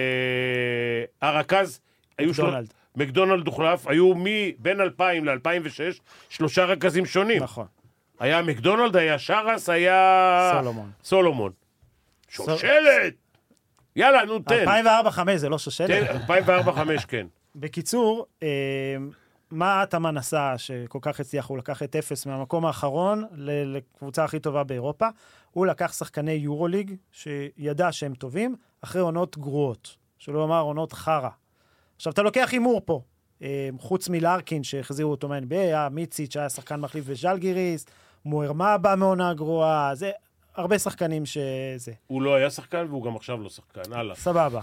הרכז, היו של- מקדונלד. מקדונלד הוחלף, היו מבין אלפיים ל-אלפיים ושש שלושה רכזים שונים. נכון. היה מקדונלד, היה שרס, היה... סולומון. סולומון. שושלת! יאללה, נו, תן. אלפיים וארבע חמש זה לא שושלת. תן, אלפיים וארבע חמש, כן. בקיצור, אה, מה אטמן עשה שכל כך הצליח? הוא לקח את אפס מהמקום האחרון ל- לקבוצה הכי טובה באירופה. הוא לקח שחקני יורוליג שידע שהם טובים, אחרי עונות גרועות. שלא לומר עונות חרה. עכשיו, אתה לוקח הימור פה. אה, חוץ מלארקין שהחזירו אותו מה-אן בי איי, היה מיציץ' שהיה שחקן מחליף וז'לגיריס, מוארמה בא מעונה גרועה, זה הרבה שחקנים שזה. הוא לא היה שחקן והוא גם עכשיו לא שחקן, הלאה. סבבה.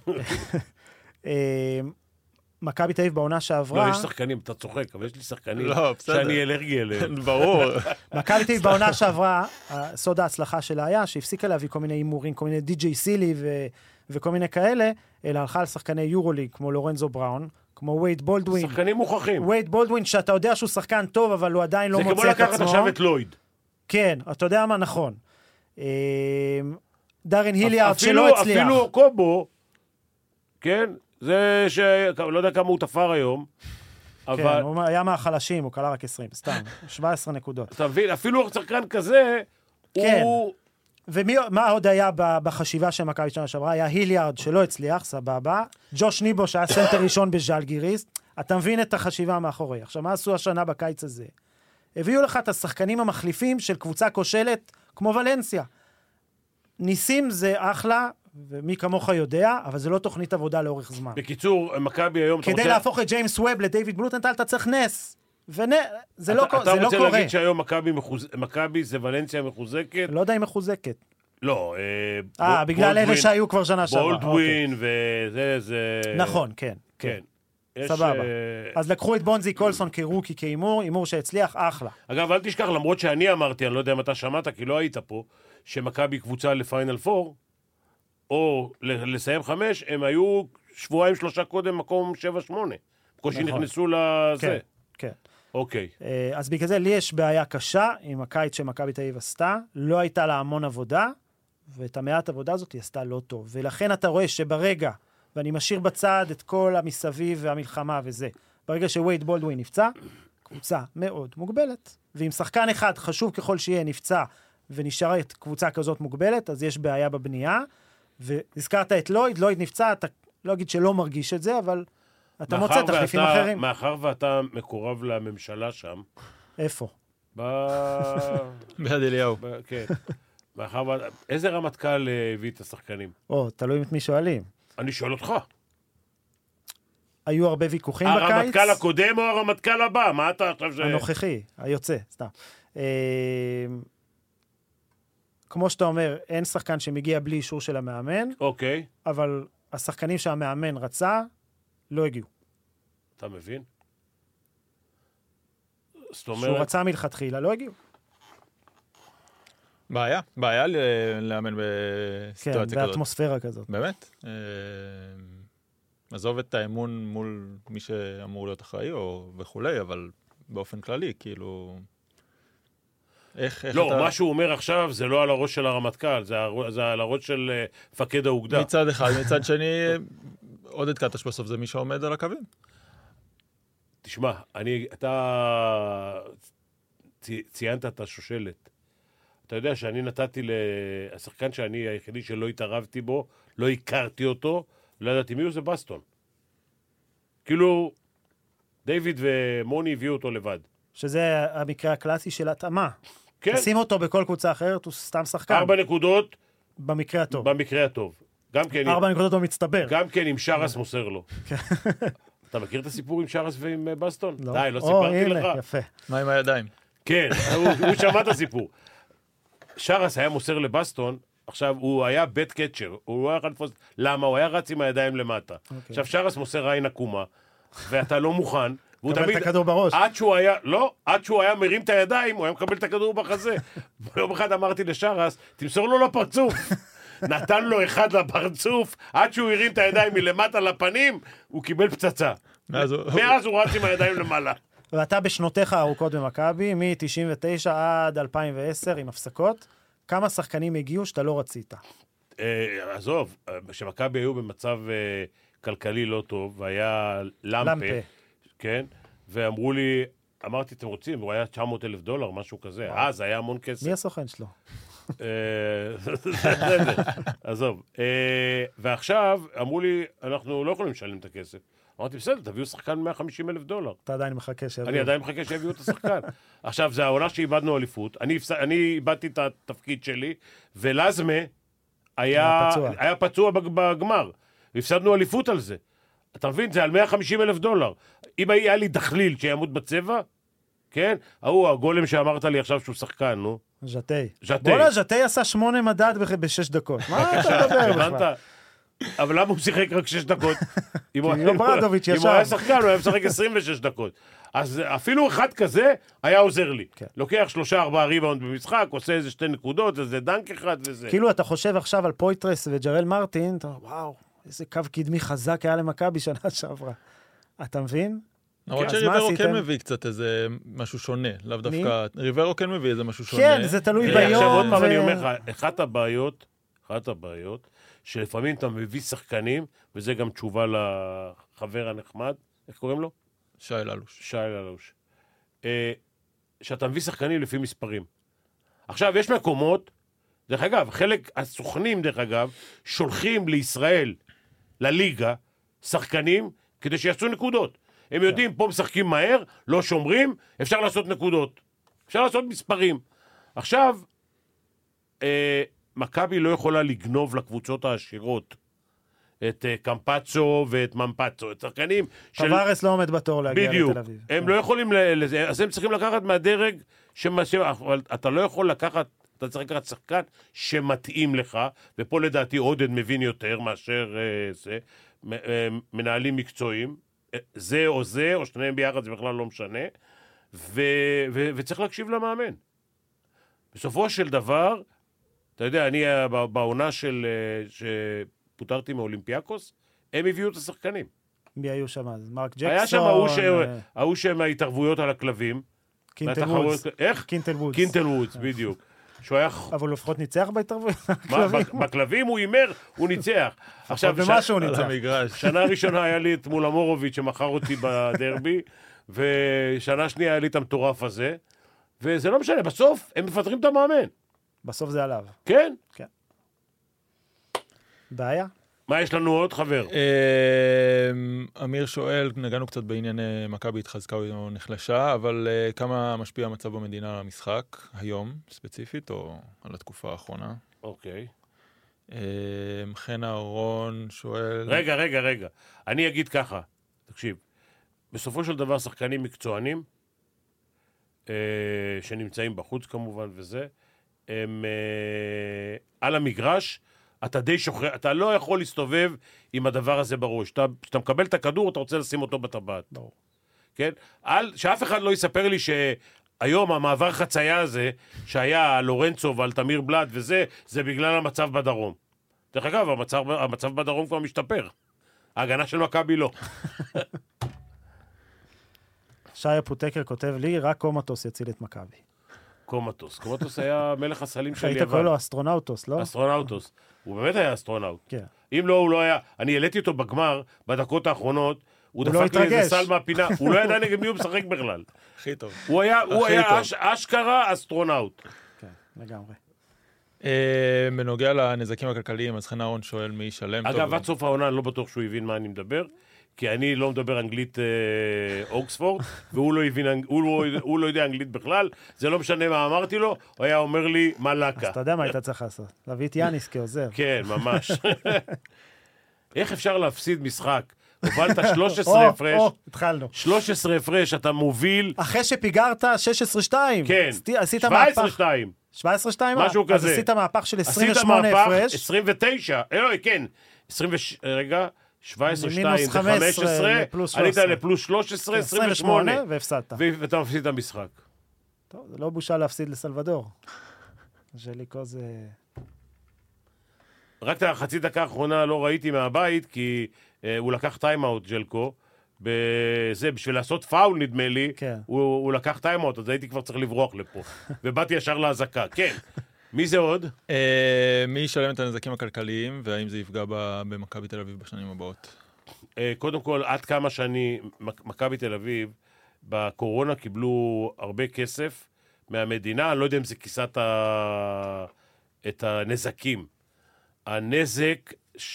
אה, מכבי תל אביב בעונה שעברה, לא, יש שחקנים, אתה צוחק, אבל יש לי שחקנים לא, בסדר. שאני אלרגי אליהם. ברור. מכבי תל אביב בעונה שעברה, סוד ההצלחה שלה היה שהפסיקה להביא כל מיני הימורים, כל מיני די-ג'יי סילי ו- וכל מיני כאלה, אלא הלכה על שחקני יורוליג כמו לורנזו בראון, כמו וייד בולדווין. שחקנים מוכחים. וייד בולדווין, שאתה יודע שהוא שחקן טוב, אבל הוא עדיין לא זה כמו מוצא את לקחת עצמו. עכשיו את לויד. כן, אתה יודע מה נכון. אה, דארין היליארד אפילו- שלא הצליח. אפילו קובו, כן, זה ש... לא יודע כמה הוא תפר היום, כן, אבל הוא היה מהחלשים, הוא קלה רק עשרים, סתם, שבע עשרה נקודות. אתה מבין, אפילו שחקן כזה, כן. הוא... ומה עוד היה ב- בחשיבה של מכבי שנה שעברה? היה היליארד שלא הצליח, סבבה. ג'וש ניבו שהיה סנטר ראשון בז'לגיריס. אתה מבין את החשיבה מאחורי. עכשיו, מה עשו השנה בקיץ הזה? הביאו לך את השחקנים המחליפים של קבוצה כושלת כמו ולנסיה. ניסים זה אחלה, ומי כמוך יודע, אבל זה לא תוכנית עבודה לאורך זמן. בקיצור, מכבי היום... אתה כדי רוצה- להפוך את ג'יימס ווב לדיוויד בלוטנטל, אתה צריך נס. ונ... זה לא, אתה- קו- זה לא אתה רוצה קורה. להגיד שהיום מכבי מחוז- מכבי זה ולנסיה מחוזקת? לא יודע אם מחוזקת. לא. אה, בול- בגלל אלה בולדווין- שהיו כבר שנה שעברה. בולדווין וזה, זה... אוקיי. נכון, כן. כן. יש, סבבה. אה, אז לקחו את בונזי קולסון כרוקי, כהימור, הימור שהצליח, אחלה. אגב, אל תשכח, למרות שאני אמרתי, אני לא יודע אם אתה שמעת, כי לא היית פה, שמכבי קבוצה לפיינל פור, או ל- לסיים חמש, הם היו שבועיים שלושה קודם מקום שבע שמונה. בקושי נכון. נכנסו לזה. כן, כן. אוקיי. אה, אז בגלל זה לי יש בעיה קשה עם הקיץ שמכבי תל אביב עשתה, לא הייתה לה המון עבודה, ואת המעט עבודה הזאת היא עשתה לא טוב. ולכן אתה רואה שברגע, ואני משאיר בצד את כל המסביב והמלחמה וזה, ברגע שווייד בולדווין נפצע, קבוצה מאוד מוגבלת. ואם שחקן אחד, חשוב ככל שיהיה, נפצע, ונשארת קבוצה כזאת מוגבלת, אז יש בעיה בבנייה. והזכרת את לויד, לויד נפצע, אתה לא אגיד שלא מרגיש את זה, אבל אתה מאחר מוצא תחליפים ואתה- אחרים. מאחר ואתה מקורב לממשלה שם, איפה? ב... ביד אליהו. ב... כן. מאחר ואתה... איזה רמטכ"ל אה, הביא את השחקנים? או, תלוי את מי שואלים. אני שואל אותך. היו הרבה ויכוחים בקיץ. הרמטכ"ל הקודם או הרמטכ"ל הבא? מה אתה עכשיו ש... הנוכחי, היוצא, סתם. אה, כמו שאתה אומר, אין שחקן שמגיע בלי אישור של המאמן, אוקיי, אבל השחקנים שהמאמן רצה, לא הגיעו. אתה מבין? זאת שהוא אומרת, רצה מלכתחילה, לא הגיעו. בעיה, בעיה ל- לאמן כן, בסיטואציה כזאת. באטמוספירה כזאת. באמת. אה, עזוב את האמון מול מי שאמור להיות אחראי או וכולי, אבל באופן כללי, כאילו... איך, איך לא, אתה... מה שהוא אומר עכשיו זה לא על הראש של הרמטכ"ל, זה, הר... זה על הראש של uh, מפקד האוגדה. מצד אחד, מצד שני, עודד קטש בסוף זה מי שעומד על הקווים. תשמע, אני, אתה צי, ציינת את השושלת. אתה יודע שאני נתתי לשחקן שאני היחידי שלא התערבתי בו, לא הכרתי אותו, לא ידעתי מי הוא, זה בסטון. כאילו, דיוויד ומוני הביאו אותו לבד. שזה המקרה הקלאסי של התאמה. כן. תשים אותו בכל קבוצה אחרת, הוא סתם שחקן. ארבע נקודות במקרה הטוב. במקרה הטוב. גם כן, ארבע נקודות במצטבר. גם כן עם שרס מוסר לו. אתה מכיר את הסיפור עם שרס ועם בסטון? לא. די, לא או, סיפרתי הנה, לך. יפה. מה עם הידיים? כן, הוא, הוא שמע את הסיפור. שרס היה מוסר לבסטון, עכשיו הוא היה בית קצ'ר, הוא היה יכול לתפוס, למה? הוא היה רץ עם הידיים למטה. Okay. עכשיו שרס מוסר עין עקומה, ואתה לא מוכן, והוא קבל תמיד, את הכדור בראש. עד שהוא היה, לא, עד שהוא היה מרים את הידיים, הוא היה מקבל את הכדור בחזה. יום אחד אמרתי לשרס, תמסור לו לפרצוף. נתן לו אחד לפרצוף, עד שהוא הרים את הידיים מלמטה לפנים, הוא קיבל פצצה. מאז הוא- מאז הוא רץ עם הידיים למעלה. ואתה בשנותיך הארוכות במכבי, מ-תשעים ותשע עד אלפיים ועשר עם הפסקות, כמה שחקנים הגיעו שאתה לא רצית? אה, עזוב, כשמכבי היו במצב אה, כלכלי לא טוב, והיה למפה, למפה. כן, ואמרו לי, אמרתי, אתם רוצים, הוא היה תשע מאות אלף דולר, משהו כזה, אז היה המון כסף. מי הסוכן שלו? אה, בסדר, עזוב. אה, ועכשיו אמרו לי, אנחנו לא יכולים לשלם את הכסף. אמרתי, בסדר, תביאו שחקן מאה וחמישים אלף דולר. אתה עדיין מחכה שיביאו. אני עדיין מחכה שיביאו את השחקן. עכשיו, זה העונה שאיבדנו אליפות. אני, הפס... אני איבדתי את התפקיד שלי, ולזמה היה, היה פצוע. היה פצוע בג- בגמר. והפסדנו אליפות על זה. אתה מבין? זה על מאה וחמישים אלף דולר. אם היה לי דחליל שימות בצבע, כן? ההוא, הגולם שאמרת לי עכשיו שהוא שחקן, נו. ז'תי. ז'תי. בוא'נה, ז'תי עשה שמונה מדד בח- בשש דקות. מה אתה מדבר בכלל? הבנת? אבל למה הוא שיחק רק שש דקות? אם הוא- אוברדוביץ' אם הוא ישב. היה שחקן, הוא היה משחק עשרים ושש דקות. אז אפילו אחד כזה היה עוזר לי. כן. לוקח שלושה, ארבעה ריבאונד במשחק, עושה איזה שתי נקודות, איזה דנק אחד וזה. כאילו אתה חושב עכשיו על פויטרס וג'רל מרטין, אתה אומר, וואו, איזה קו קדמי חזק היה למכבי שנה שעברה. אתה מבין? למרות אז מה שריברו עשיתם? כן מביא קצת איזה משהו שונה, לאו דווקא... ריברו כן מביא איזה משהו שונה. כן, זה תלוי תראה, עכשיו עוד ביום. פעם ו- אני אומר לך, אחת הבעיות, אחת הבעיות, שלפעמים אתה מביא שחקנים, וזה גם תשובה לחבר הנחמד, איך קוראים לו? שי ללוש. שי ללוש. אה, שאתה מביא שחקנים לפי מספרים. עכשיו, יש מקומות, דרך אגב, חלק הסוכנים, דרך אגב, שולחים לישראל, לליגה, שחקנים, כדי שיעשו נקודות. הם יודעים, פה משחקים מהר, לא שומרים, אפשר לעשות נקודות. אפשר לעשות מספרים. עכשיו, אה, מכבי לא יכולה לגנוב לקבוצות העשירות את אה, קמפצו ואת ממפצו, את שחקנים של... טווארס לא עומד בתור להגיע בדיוק. לתל אביב. הם כן. לא יכולים לזה, אז הם צריכים לקחת מהדרג, שמש... אבל אתה לא יכול לקחת, אתה צריך לקחת שחקן שמתאים לך, ופה לדעתי עודד מבין יותר מאשר אה, זה, מ- אה, מנהלים מקצועיים, אה, זה או זה, או שניהם ביחד, זה בכלל לא משנה, ו... ו... וצריך להקשיב למאמן. בסופו של דבר, אתה יודע, אני אה, ב- בעונה של... אה, שפוטרתי מאולימפיאקוס, הם הביאו את השחקנים. מי היו שם אז? מרק ג'קסון? היה שם ההוא ש- אה, ההוא שהם ההתערבויות על הכלבים. קינטל מהתחרות- וודס. איך? קינטל וודס. קינטל וודס, בדיוק. שהוא היה... אבל הוא לפחות ניצח בהתערבות. מה, בק- בכלבים הוא הימר, הוא ניצח. עכשיו, במשהו הוא על ניצח. המגרש. שנה ראשונה היה לי את מול אמורוביץ' שמכר אותי בדרבי, ושנה שנייה היה לי את המטורף הזה, וזה לא משנה, בסוף הם מפטרים את המאמן. בסוף זה עליו. כן? בעיה? מה יש לנו עוד, חבר? אמ, אמיר שואל, נגענו קצת בענייני מכבי התחזקה או נחלשה, אבל אה, כמה משפיע המצב במדינה על המשחק, היום ספציפית, או על התקופה האחרונה? אוקיי. אמ, חן אהרון שואל... רגע, רגע, רגע. אני אגיד ככה, תקשיב, בסופו של דבר שחקנים מקצוענים, אה, שנמצאים בחוץ כמובן וזה, הם אה, על המגרש, אתה די שוחרר, אתה לא יכול להסתובב עם הדבר הזה בראש. אתה, כשאתה מקבל את הכדור, אתה רוצה לשים אותו בטבעת. ברור. כן? על, שאף אחד לא יספר לי היום המעבר חצייה הזה, שהיה על לורנצו ועל תמיר בלאט וזה, זה בגלל המצב בדרום. דרך אגב, המצב, המצב בדרום כבר משתפר. ההגנה של מכבי לא. שי פוטקר כותב לי, רק קומטוס יציל את מכבי. קומטוס. קומטוס היה מלך הסלים של יוון. היית קורא לו אסטרונאוטוס, לא? אסטרונאוטוס. הוא באמת היה אסטרונאוט. כן. אם לא, הוא לא היה... אני העליתי אותו בגמר, בדקות האחרונות, הוא הוא לא דפק לי איזה התרגש. סל מהפינה, הוא לא ידע נגד מי הוא משחק בכלל. הכי טוב. הוא היה, הוא הכי היה טוב. אש, אשכרה אסטרונאוט. כן, לגמרי. אה, בנוגע לנזקים הכלכליים, אז חן אהרון שואל מי ישלם. אגב, טוב. עד סוף העונה אני לא בטוח שהוא הבין מה אני מדבר, כי אני לא מדבר אנגלית אה, אוקספורד, והוא לא, הבין, אנג- הוא, לא, הוא לא יודע אנגלית בכלל, זה לא משנה מה אמרתי לו, הוא היה אומר לי, מה אז לקה. אתה יודע מה היית צריך לעשות? להביא את יאניס כעוזר. כן, ממש. איך אפשר להפסיד משחק? הובלת שלוש עשרה או, הפרש, או, התחלנו. שלוש עשרה הפרש, אתה מוביל, אחרי שפיגרת שש עשרה שתיים. כן, עשית- עשית שבע עשרה מהפך. שתיים. שבע עשרה שתיים? משהו אז כזה. עשית מהפך של עשרים עשית ושמונה מהפך, הפרש. עשרים ותשע, אה, לא, כן, עשרים ושש, רגע, שבע עשרה שתיים, מינוס זה חמש עשרה, חמש עשרה, לפלוס עלית שלוש עשרה. לפלוס שלוש עשרה, עשרים עשרים ושמונה, ושמונה, והפסדת. ואתה מפסיד את המשחק. טוב, זה לא בושה להפסיד לסלבדור. ז'ליקו זה... רק את החצי דקה האחרונה לא ראיתי מהבית, כי אה, הוא לקח טיימאוט, ג'לקו, בזה, בשביל לעשות פאול נדמה לי, כן. הוא, הוא לקח טיימאוט, אז הייתי כבר צריך לברוח לפה. ובאתי ישר להזקה, כן. מי זה עוד? אה, מי ישלם את הנזקים הכלכליים, והאם זה יפגע ב- במכבי תל אביב בשנים הבאות? אה, קודם כל, עד כמה שאני, מק- מכבי תל אביב, בקורונה קיבלו הרבה כסף מהמדינה, אני לא יודע אם זה כיסת ה... את הנזקים. הנזק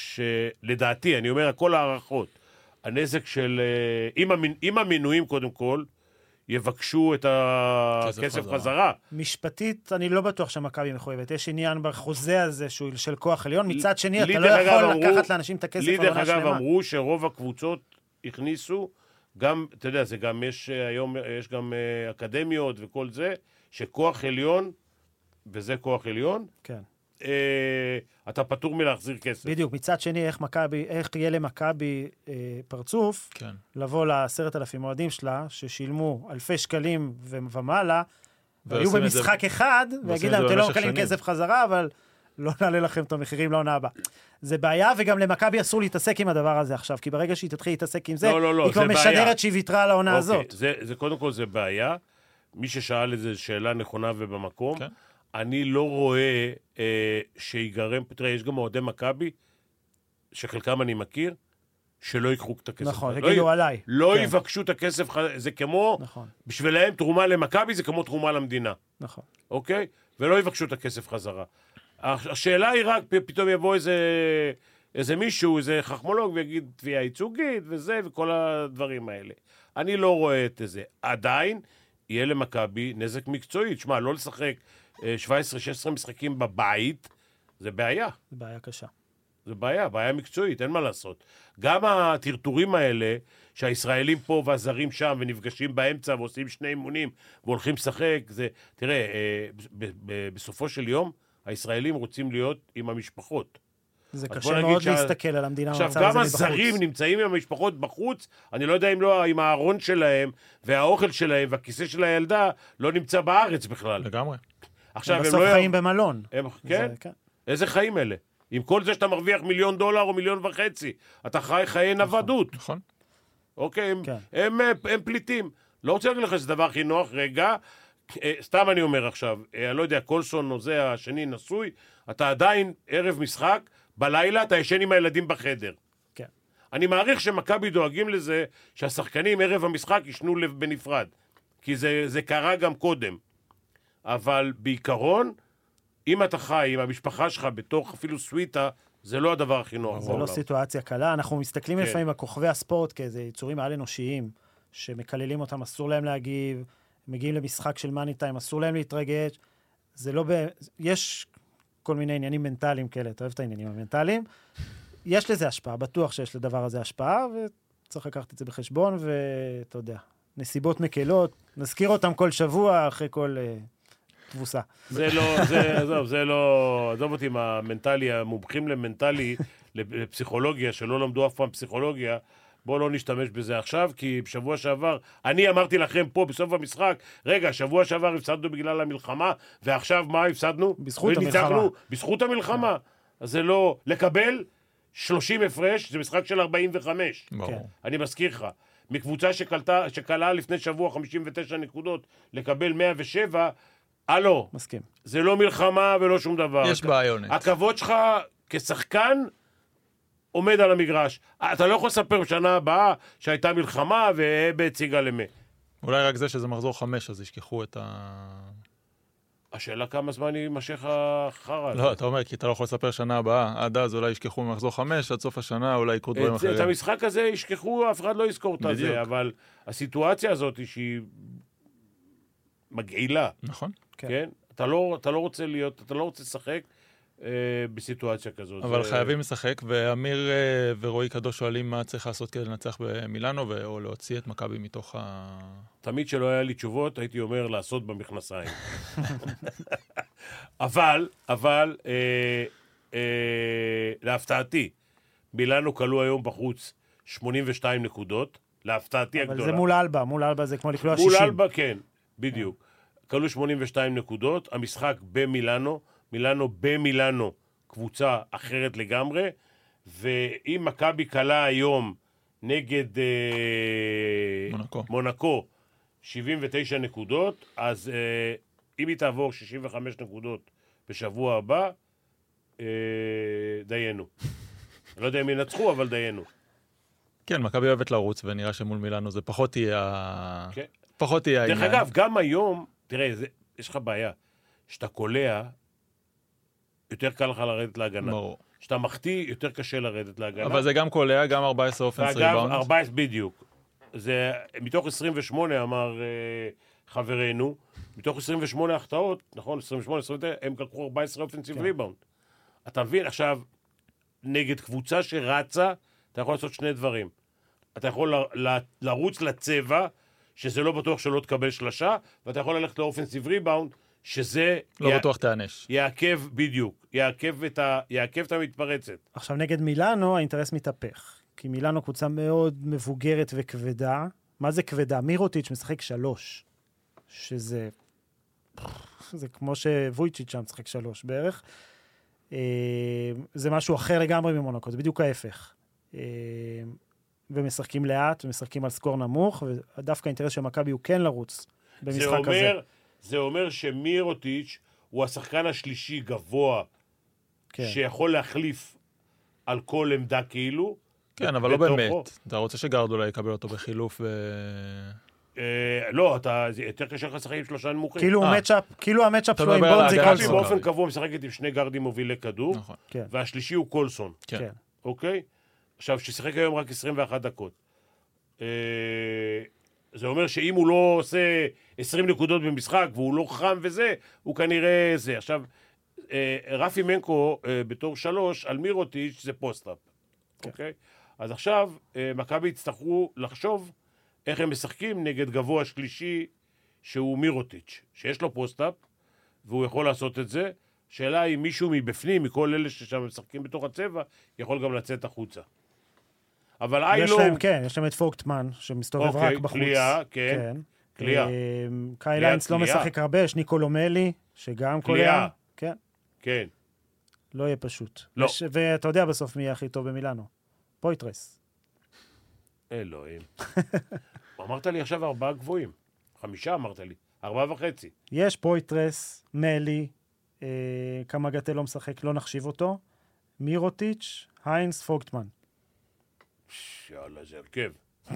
שלדעתי, אני אומר, הכל הערכות, הנזק של, אה, עם, המינ... עם המינויים קודם כל, יבקשו את כסף הכסף חזרה. חזרה. משפטית, אני לא בטוח שהמכבי מחויבת. יש עניין בחוזה הזה שהוא של כוח עליון. מצד שני, לי אתה לא דרך יכול אגב אמרו- לקחת לאנשים את הכסף לי על דרך עונה אגב שלמה. אמרו שרוב הקבוצות הכניסו, גם, אתה יודע, זה גם יש, אה, היום יש גם אה, אקדמיות וכל זה, שכוח עליון, וזה כוח עליון, כן. אה, אתה פטור מלהחזיר כסף. בדיוק. מצד שני, איך מכבי, איך יהיה למכבי אה, פרצוף, כן. לבוא לעשרת אלפים אוהדים שלה, ששילמו אלפי שקלים ו- ומעלה, והיו ועושים את זה- במשחק אחד, ויגיד את להם, זה אתם לא במשך מקבלים שנים." כסף חזרה, אבל לא נעלה לכם את המחירים לעונה הבאה. זה בעיה, וגם למכבי אסור להתעסק עם הדבר הזה עכשיו, כי ברגע שהיא תתחיל להתעסק עם זה, לא, לא, לא, היא כבר זה בעיה. משדרת שהיא ויתרה על העונה אוקיי, הזאת. זה, זה קודם כל זה בעיה. מי ששאל את זה שאלה נכונה ובמקום. כן. אני לא רואה אה, שיגרם, תראה, יש גם אוהדי מכבי, שחלקם אני מכיר, שלא ייקחו את הכסף. נכון, לא תגידו י- עליי. לא כן. יבקשו את הכסף, ח- זה כמו, נכון, בשבילהם תרומה למכבי זה כמו תרומה למדינה, נכון. אוקיי? ולא יבקשו את הכסף חזרה. הש- השאלה היא רק, פ- פתאום יבוא איזה, איזה מישהו, איזה חכמולוג, ויגיד תביעה ייצוגית וזה, וכל הדברים האלה. אני לא רואה את זה. עדיין יהיה למכבי נזק מקצועי. תשמע, לא לשחק אה, שבע עשרה שש עשרה משחקים בבית, זה בעיה. זו בעיה קשה. זה בעיה, בעיה מקצועית, אין מה לעשות. גם הטרטורים האלה, שהישראלים פה והזרים שם, ונפגשים באמצע ועושים שני אימונים, והולכים לשחק, זה... תראה, אה, ב- ב- בסופו של יום, הישראלים רוצים להיות עם המשפחות. זה אז קשה בוא נגיד מאוד שה- להסתכל על המדינה עכשיו, במצב גם הזה מבחוץ. הזרים נמצאים עם המשפחות בחוץ, אני לא יודע אם לא, עם הארון שלהם, והאוכל שלהם, והכיסא של הילדה, לא נמצא בארץ בכלל. לגמרי. עכשיו, הם בסוף לא... חיים במלון. הם, זה- כן? כן. איזה חיים אלה? עם כל זה שאתה מרוויח מיליון דולר או מיליון וחצי, אתה חי חיי נוודות, נכון. אוקיי? הם, כן. הם, הם, הם פליטים. לא רוצה להגיד לך שזה דבר הכי נוח, רגע, אה, סתם אני אומר עכשיו, אה, אני לא יודע, קולסון או זה השני נשוי, אתה עדיין ערב משחק, בלילה אתה ישן עם הילדים בחדר. כן. אני מעריך שמכבי דואגים לזה שהשחקנים ערב המשחק ישנו לב- בנפרד, כי זה, זה קרה גם קודם. אבל בעיקרון, אם אתה חי עם המשפחה שלך בתוך אפילו סוויטה, זה לא הדבר הכי נוח זה בעולם. לא סיטואציה קלה. אנחנו מסתכלים כן. לפעמים על כוכבי הספורט כאיזה יצורים על אנושיים, שמקללים אותם, אסור להם להגיב, מגיעים למשחק של מאני טיים, אסור להם להתרגש. זה לא ב... יש כל מיני עניינים מנטליים כאלה, אתה אוהב את העניינים המנטליים. יש לזה השפעה, בטוח שיש לדבר הזה השפעה, וצריך לקחת את זה בחשבון, ואתה יודע, נסיבות מקלות, נזכיר אותם כל שבוע אחרי כל uh, תבוסה. זה לא, זה, עזוב, זה לא, עזוב אותי עם המנטלי, המומחים למנטלי, לפסיכולוגיה, שלא למדו אף פעם פסיכולוגיה, בואו לא נשתמש בזה עכשיו, כי בשבוע שעבר, אני אמרתי לכם פה בסוף המשחק, רגע, שבוע שעבר הפסדנו בגלל המלחמה, ועכשיו מה הפסדנו? בזכות וניצחנו, המלחמה. בזכות המלחמה. אז זה לא, לקבל שלושים הפרש, זה משחק של ארבעים וחמש. ברור. כן. אני מזכיר לך, מקבוצה שקלטה, שקלה לפני שבוע חמישים ותשע נקודות, לקבל מאה ושבע, הלו, מסכים. זה לא מלחמה ולא שום דבר. יש בעיונת. הכבוד שלך כשחקן עומד על המגרש. אתה לא יכול לספר בשנה הבאה שהייתה מלחמה ובהציגה למה. אולי רק זה שזה מחזור חמש, אז ישכחו את ה... השאלה כמה זמן יימשך החרא הזה. לא, אתה אומר, כי אתה לא יכול לספר שנה הבאה, עד אז אולי ישכחו ממחזור חמש, עד סוף השנה אולי יקרו דברים את, את אחרים. המשחק הזה ישכחו, אף אחד לא יזכור את בדיוק. זה, אבל הסיטואציה הזאת היא שהיא מגעילה, נכון. כן. כן? אתה לא, אתה לא רוצה להיות, אתה לא רוצה לשחק אה, בסיטואציה כזאת. אבל זה... חייבים לשחק, ואמיר אה, ורועי קדוש שואלים מה צריך לעשות כדי לנצח במילאנו, ו- או להוציא את מכבי מתוך ה... תמיד שלא היה לי תשובות, הייתי אומר לעשות במכנסיים. אבל, אבל, אה, אה, להפתעתי, מילאנו קלו היום בחוץ שמונים ושתיים נקודות, להפתעתי אבל הגדולה. זה מול אלבה, מול אלבה זה כמו לקלוע מול שישים. אלבה, כן, בדיוק. קלו שמונים ושתיים נקודות, המשחק במילאנו, מילאנו במילאנו, קבוצה אחרת לגמרי, ואם מכבי קלה היום נגד אה, מונקו. מונקו שבעים ותשע נקודות, אז אה, אם היא תעבור שישים וחמש נקודות בשבוע הבא, אה, דיינו. אני לא יודע אם ינצחו, אבל דיינו. כן, מכבי אוהבת לרוץ, ונראה שמול מילאנו זה פחות יהיה... כן. פחות יהיה דרך העניין. אגב, גם היום, תראה, זה, יש לך בעיה, שאתה קולע, יותר קל לך לרדת להגנה. ברור. שאתה מחטיא, יותר קשה לרדת להגנה. אבל זה גם קולע, גם ארבע עשרה אופנס ואגב, ריבאונד. ארבע עשרה בדיוק. זה, מתוך עשרים ושמונה, אמר אה, חברנו, מתוך עשרים ושמונה החטאות, נכון, עשרים ושמונה, עשרים ותשע, הם לקחו ארבע עשרה אופנסיב ריבאונד. אתה מבין, עכשיו, נגד קבוצה שרצה, אתה יכול לעשות שני דברים. אתה יכול ל- ל- לרוץ לצבע, שזה לא בטוח שלא תקבל שלשה, ואתה יכול ללכת לאופנסיב ריבאונד, שזה... לא י- בטוח תענש. יעכב, בדיוק, יעכב את, ה... יעכב את המתפרצת. עכשיו נגד מילאנו האינטרס מתהפך. כי מילאנו קבוצה מאוד מבוגרת וכבדה. מה זה כבדה? מירוטיץ' משחק שלוש. שזה... זה כמו שוויצ'יץ' שם משחק שלוש בערך. אה, זה משהו אחר לגמרי ממונקו, זה בדיוק ההפך. אה, ומשחקים לאט, ומשחקים על סקור נמוך, ודווקא האינטרס של מכבי הוא כן לרוץ במשחק זה אומר, הזה. זה אומר שמירוטיץ' הוא השחקן השלישי גבוה, כן. שיכול להחליף על כל עמדה כאילו. כן, אבל לא בתוכו. באמת. אתה רוצה שגרדולה יקבל אותו בחילוף ו... אה, לא, אתה, זה יותר קשה לך לשחק עם שלושה נמוכים. כאילו הוא אה. מצ'אפ, כאילו המצ'אפ אתה שלו עם מדבר על בונזי ההגנה מכבי שלו. קולסון. באופן קבוע משחקת עם שני גרדים מובילי כדור, נכון. כן, והשלישי הוא קולסון, כן. כן. אוקיי? עכשיו, ששיחק היום רק עשרים ואחת דקות. אה, זה אומר שאם הוא לא עושה עשרים נקודות במשחק, והוא לא חם וזה, הוא כנראה זה. עכשיו, אה, רפי מנקו אה, בתור שלוש, על מירוטיץ' זה פוסט-אפ, כן. אוקיי? אז עכשיו, אה, מכבי יצטרכו לחשוב איך הם משחקים נגד גבוה שלישי, שהוא מירוטיץ', שיש לו פוסט-אפ, והוא יכול לעשות את זה. שאלה היא, מישהו מבפנים, מכל אלה ששם משחקים בתוך הצבע, יכול גם לצאת החוצה. אבל יש איילו... להם, כן, יש להם את פוקטמן, שמסתובב אוקיי, רק בחוץ. קליעה, כן. קליעה. אה, קאי קליעה, ליינס לא קליעה. משחק הרבה, יש ניקולומלי, שגם קליעה. קולע. כן, כן. לא יהיה פשוט. לא. יש- ואתה יודע בסוף מי יהיה הכי טוב במילאנו. פויטרס. אלוהים. אמרת לי עכשיו ארבעה גבוהים. חמישה אמרת לי. ארבעה וחצי. יש פויטרס, מלי, אה, קמגטה לא משחק, לא נחשיב אותו. מירוטיץ', היינס, פוקטמן. יאללה, זה הרכב.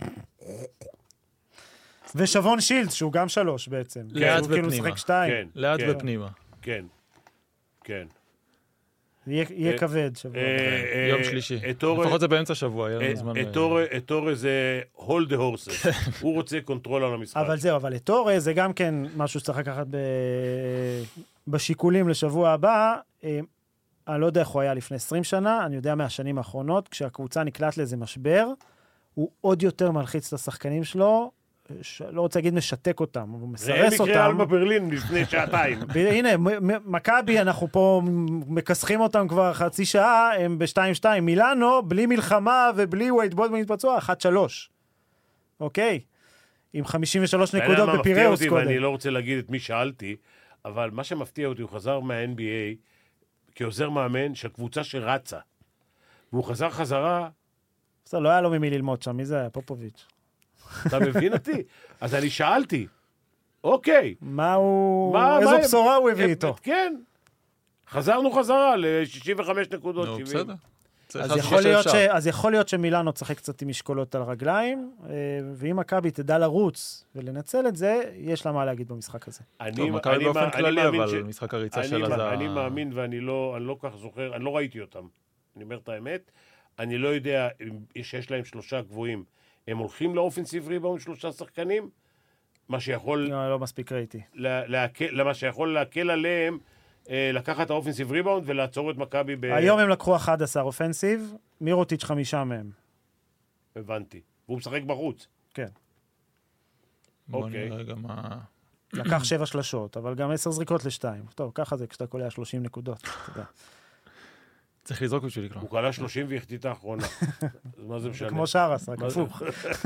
ושבון שילדס, שהוא גם שלוש בעצם. לאט שהוא כאילו ופנימה. משחק שתיים. כן. לאט כן, ופנימה. כן. כן. יהיה יהיה אה, כבד שבוע. אה, אה, יום שלישי. את אורי- לפחות זה באמצע שבוע, יהיה אה, לנו זמן... את אורי- את אורי זה hold the horses. הוא רוצה קונטרול על המשחק. אבל זהו, אבל את אורז זה גם כן משהו שצריך לקחת ב... בשיקולים לשבוע הבא. אה, אני לא יודע איך הוא היה לפני עשרים שנה, אני יודע מהשנים האחרונות, כשהקבוצה נקלט לאיזה משבר, הוא עוד יותר מלחיץ את השחקנים שלו, ש... לא רוצה להגיד משתק אותם, הוא ראה מסרס אותם. מקרה אלבה ברלין לפני שעתיים. הנה, מכבי, אנחנו פה מכסחים אותם כבר חצי שעה, הם ב-שתיים שתיים. מילאנו, בלי מלחמה ובלי וייד בולדמן התפצוע, אחת שלוש. אוקיי? עם חמישים ושלוש נקודות בפיראוס קודם. ואני לא רוצה להגיד את מי שאלתי, אבל מה שמפתיע אותי, הוא חזר מה-אן בי איי כעוזר מאמן של קבוצה שרצה. והוא חזר חזרה... בסדר, לא היה לו ממי ללמוד שם, מי זה היה? פופוביץ'. אתה מבין אותי? אז אני שאלתי, אוקיי. מה הוא... איזו בשורה הוא הביא איתו? כן. חזרנו חזרה ל-שישים וחמש נקודות. נו, בסדר. אז יכול, להיות ש... אז יכול להיות שמילאנו צחק קצת עם משקולות על הרגליים, ואם מכבי תדע לרוץ ולנצל את זה, יש לה מה להגיד במשחק הזה. טוב, מכבי באופן כללי, אבל משחק הריצה שלה זה... אני מאמין ואני לא, אני לא כך זוכר, אני לא ראיתי אותם. אני אומר את האמת, אני לא יודע שיש להם שלושה גבוהים. הם הולכים לאופנסיב ריבאונד שלושה שחקנים, מה שיכול... לא, לא מספיק ראיתי. למה שיכול להקל עליהם, לקחת האופנסיב ריבאונד ולעצור את מכבי ב... היום הם לקחו אחד עשר אופנסיב, מירוטיץ' חמישה מהם. הבנתי. והוא משחק בחוץ. כן. בוא נראה גם מה... לקח שבע שלשות, אבל גם עשר זריקות לשתיים. טוב, ככה זה כשאתה קולע שלושים נקודות. צריך לזרוק בשביל לקלוע. הוא קלע שלושים והחטיא את האחרונה. אז מה זה משנה? כמו שרס, רק הפוך.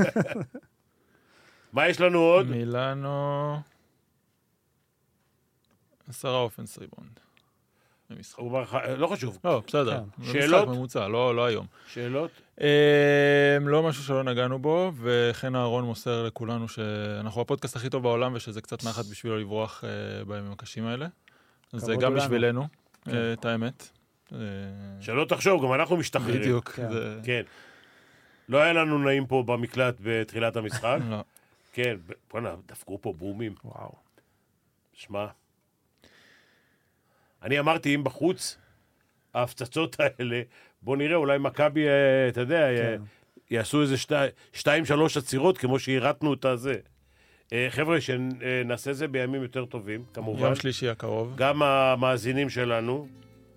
מה יש לנו עוד? מילאנו... עשרה אופנס ריבאונד. לא חשוב. לא, בסדר. שאלות? משחק ממוצע, לא היום. שאלות? לא משהו שלא נגענו בו, וכן אהרון מוסר לכולנו שאנחנו הפודקאסט הכי טוב בעולם, ושזה קצת נחת בשבילו לברוח בימים הקשים האלה. אז זה גם בשבילנו, את האמת. שלא תחשוב, גם אנחנו משתחררים. בדיוק. כן. לא היה לנו נעים פה במקלט בתחילת המשחק. לא. כן, בוא'נה, דפקו פה בומים. וואו. שמע. אני אמרתי, אם בחוץ, ההפצצות האלה, בוא נראה, אולי מכבי, אתה יודע, יעשו איזה שתיים, שלוש עצירות, כמו שהירתנו את הזה. חבר'ה, שנעשה זה בימים יותר טובים, כמובן. יום שלישי הקרוב. גם המאזינים שלנו.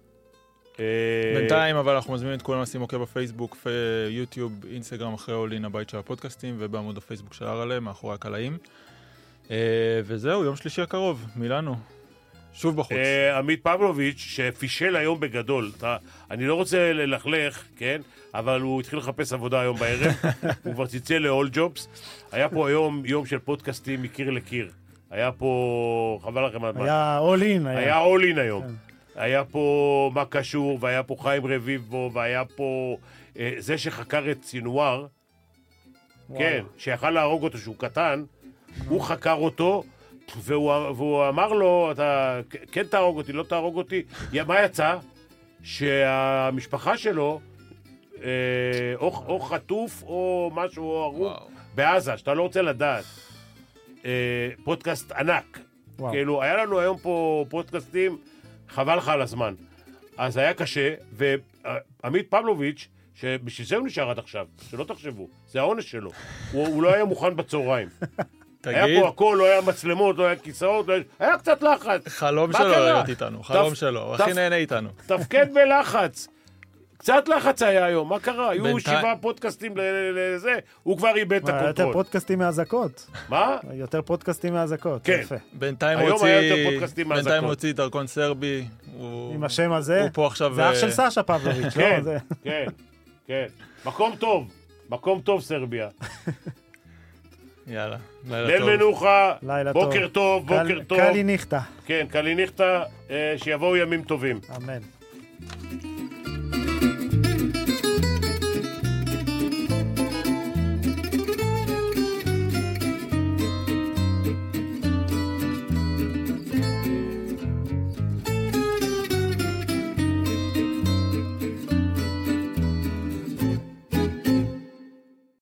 בינתיים, אבל אנחנו מזמינים את כולם לשים אוקיי בפייסבוק, יוטיוב, אינסטגרם, אחרי אולין, הבית של הפודקאסטים, ובעמוד הפייסבוק של ארלה, מאחורי הקלעים. וזהו, יום שלישי הקרוב, מילאנו. שוב בחוץ. עמית פבלוביץ' שפישל היום בגדול. אני לא רוצה ללכלך, כן? אבל הוא התחיל לחפש עבודה היום בערב. הוא כבר ציצל ל-All Jobs. היה פה היום יום של פודקאסטים מקיר לקיר. היה פה, חבל לכם על מה. היה All In. היה All In היום. היה פה מה קשור, והיה פה חיים רביבו, והיה פה זה שחקר את סינואר, כן, שיכל להרוג אותו שהוא קטן, הוא חקר אותו, והוא, והוא אמר לו, אתה כן תהרוג אותי, לא תהרוג אותי. מה יצא? שהמשפחה שלו, אה, או, או חטוף או משהו, או הרוג, בעזה, שאתה לא רוצה לדעת. אה, פודקאסט ענק. וואו. כאילו, היה לנו היום פה פודקאסטים, חבל לך על הזמן. אז היה קשה, ועמית פבלוביץ', שבשביל זה הוא נשאר עד עכשיו, שלא תחשבו, זה העונש שלו. הוא, הוא לא היה מוכן בצהריים. היה פה הכל, לא היה מצלמות, לא היה כיסאות, לא היה... היה קצת לחץ. חלום שלו להיות איתנו, חלום שלו, הוא הכי נהנה איתנו. תפקד בלחץ. קצת לחץ היה היום, מה קרה? היו שבעה פודקאסטים לזה, הוא כבר איבד את הקונטרול. יותר פודקאסטים מהזקות. מה? יותר פודקאסטים מהזקות, כן. יפה. בינתיים הוא הוציא דרכון סרבי. עם השם הזה. הוא פה עכשיו... זה אח של סשה פבלוביץ', כן, לא? כן, כן. מקום טוב, מקום טוב סרביה. יאללה, לילה טוב. ליל מנוחה, בוקר טוב, בוקר טוב. קלי ניחתה. כן, קלי ניחתה, שיבואו ימים טובים. אמן.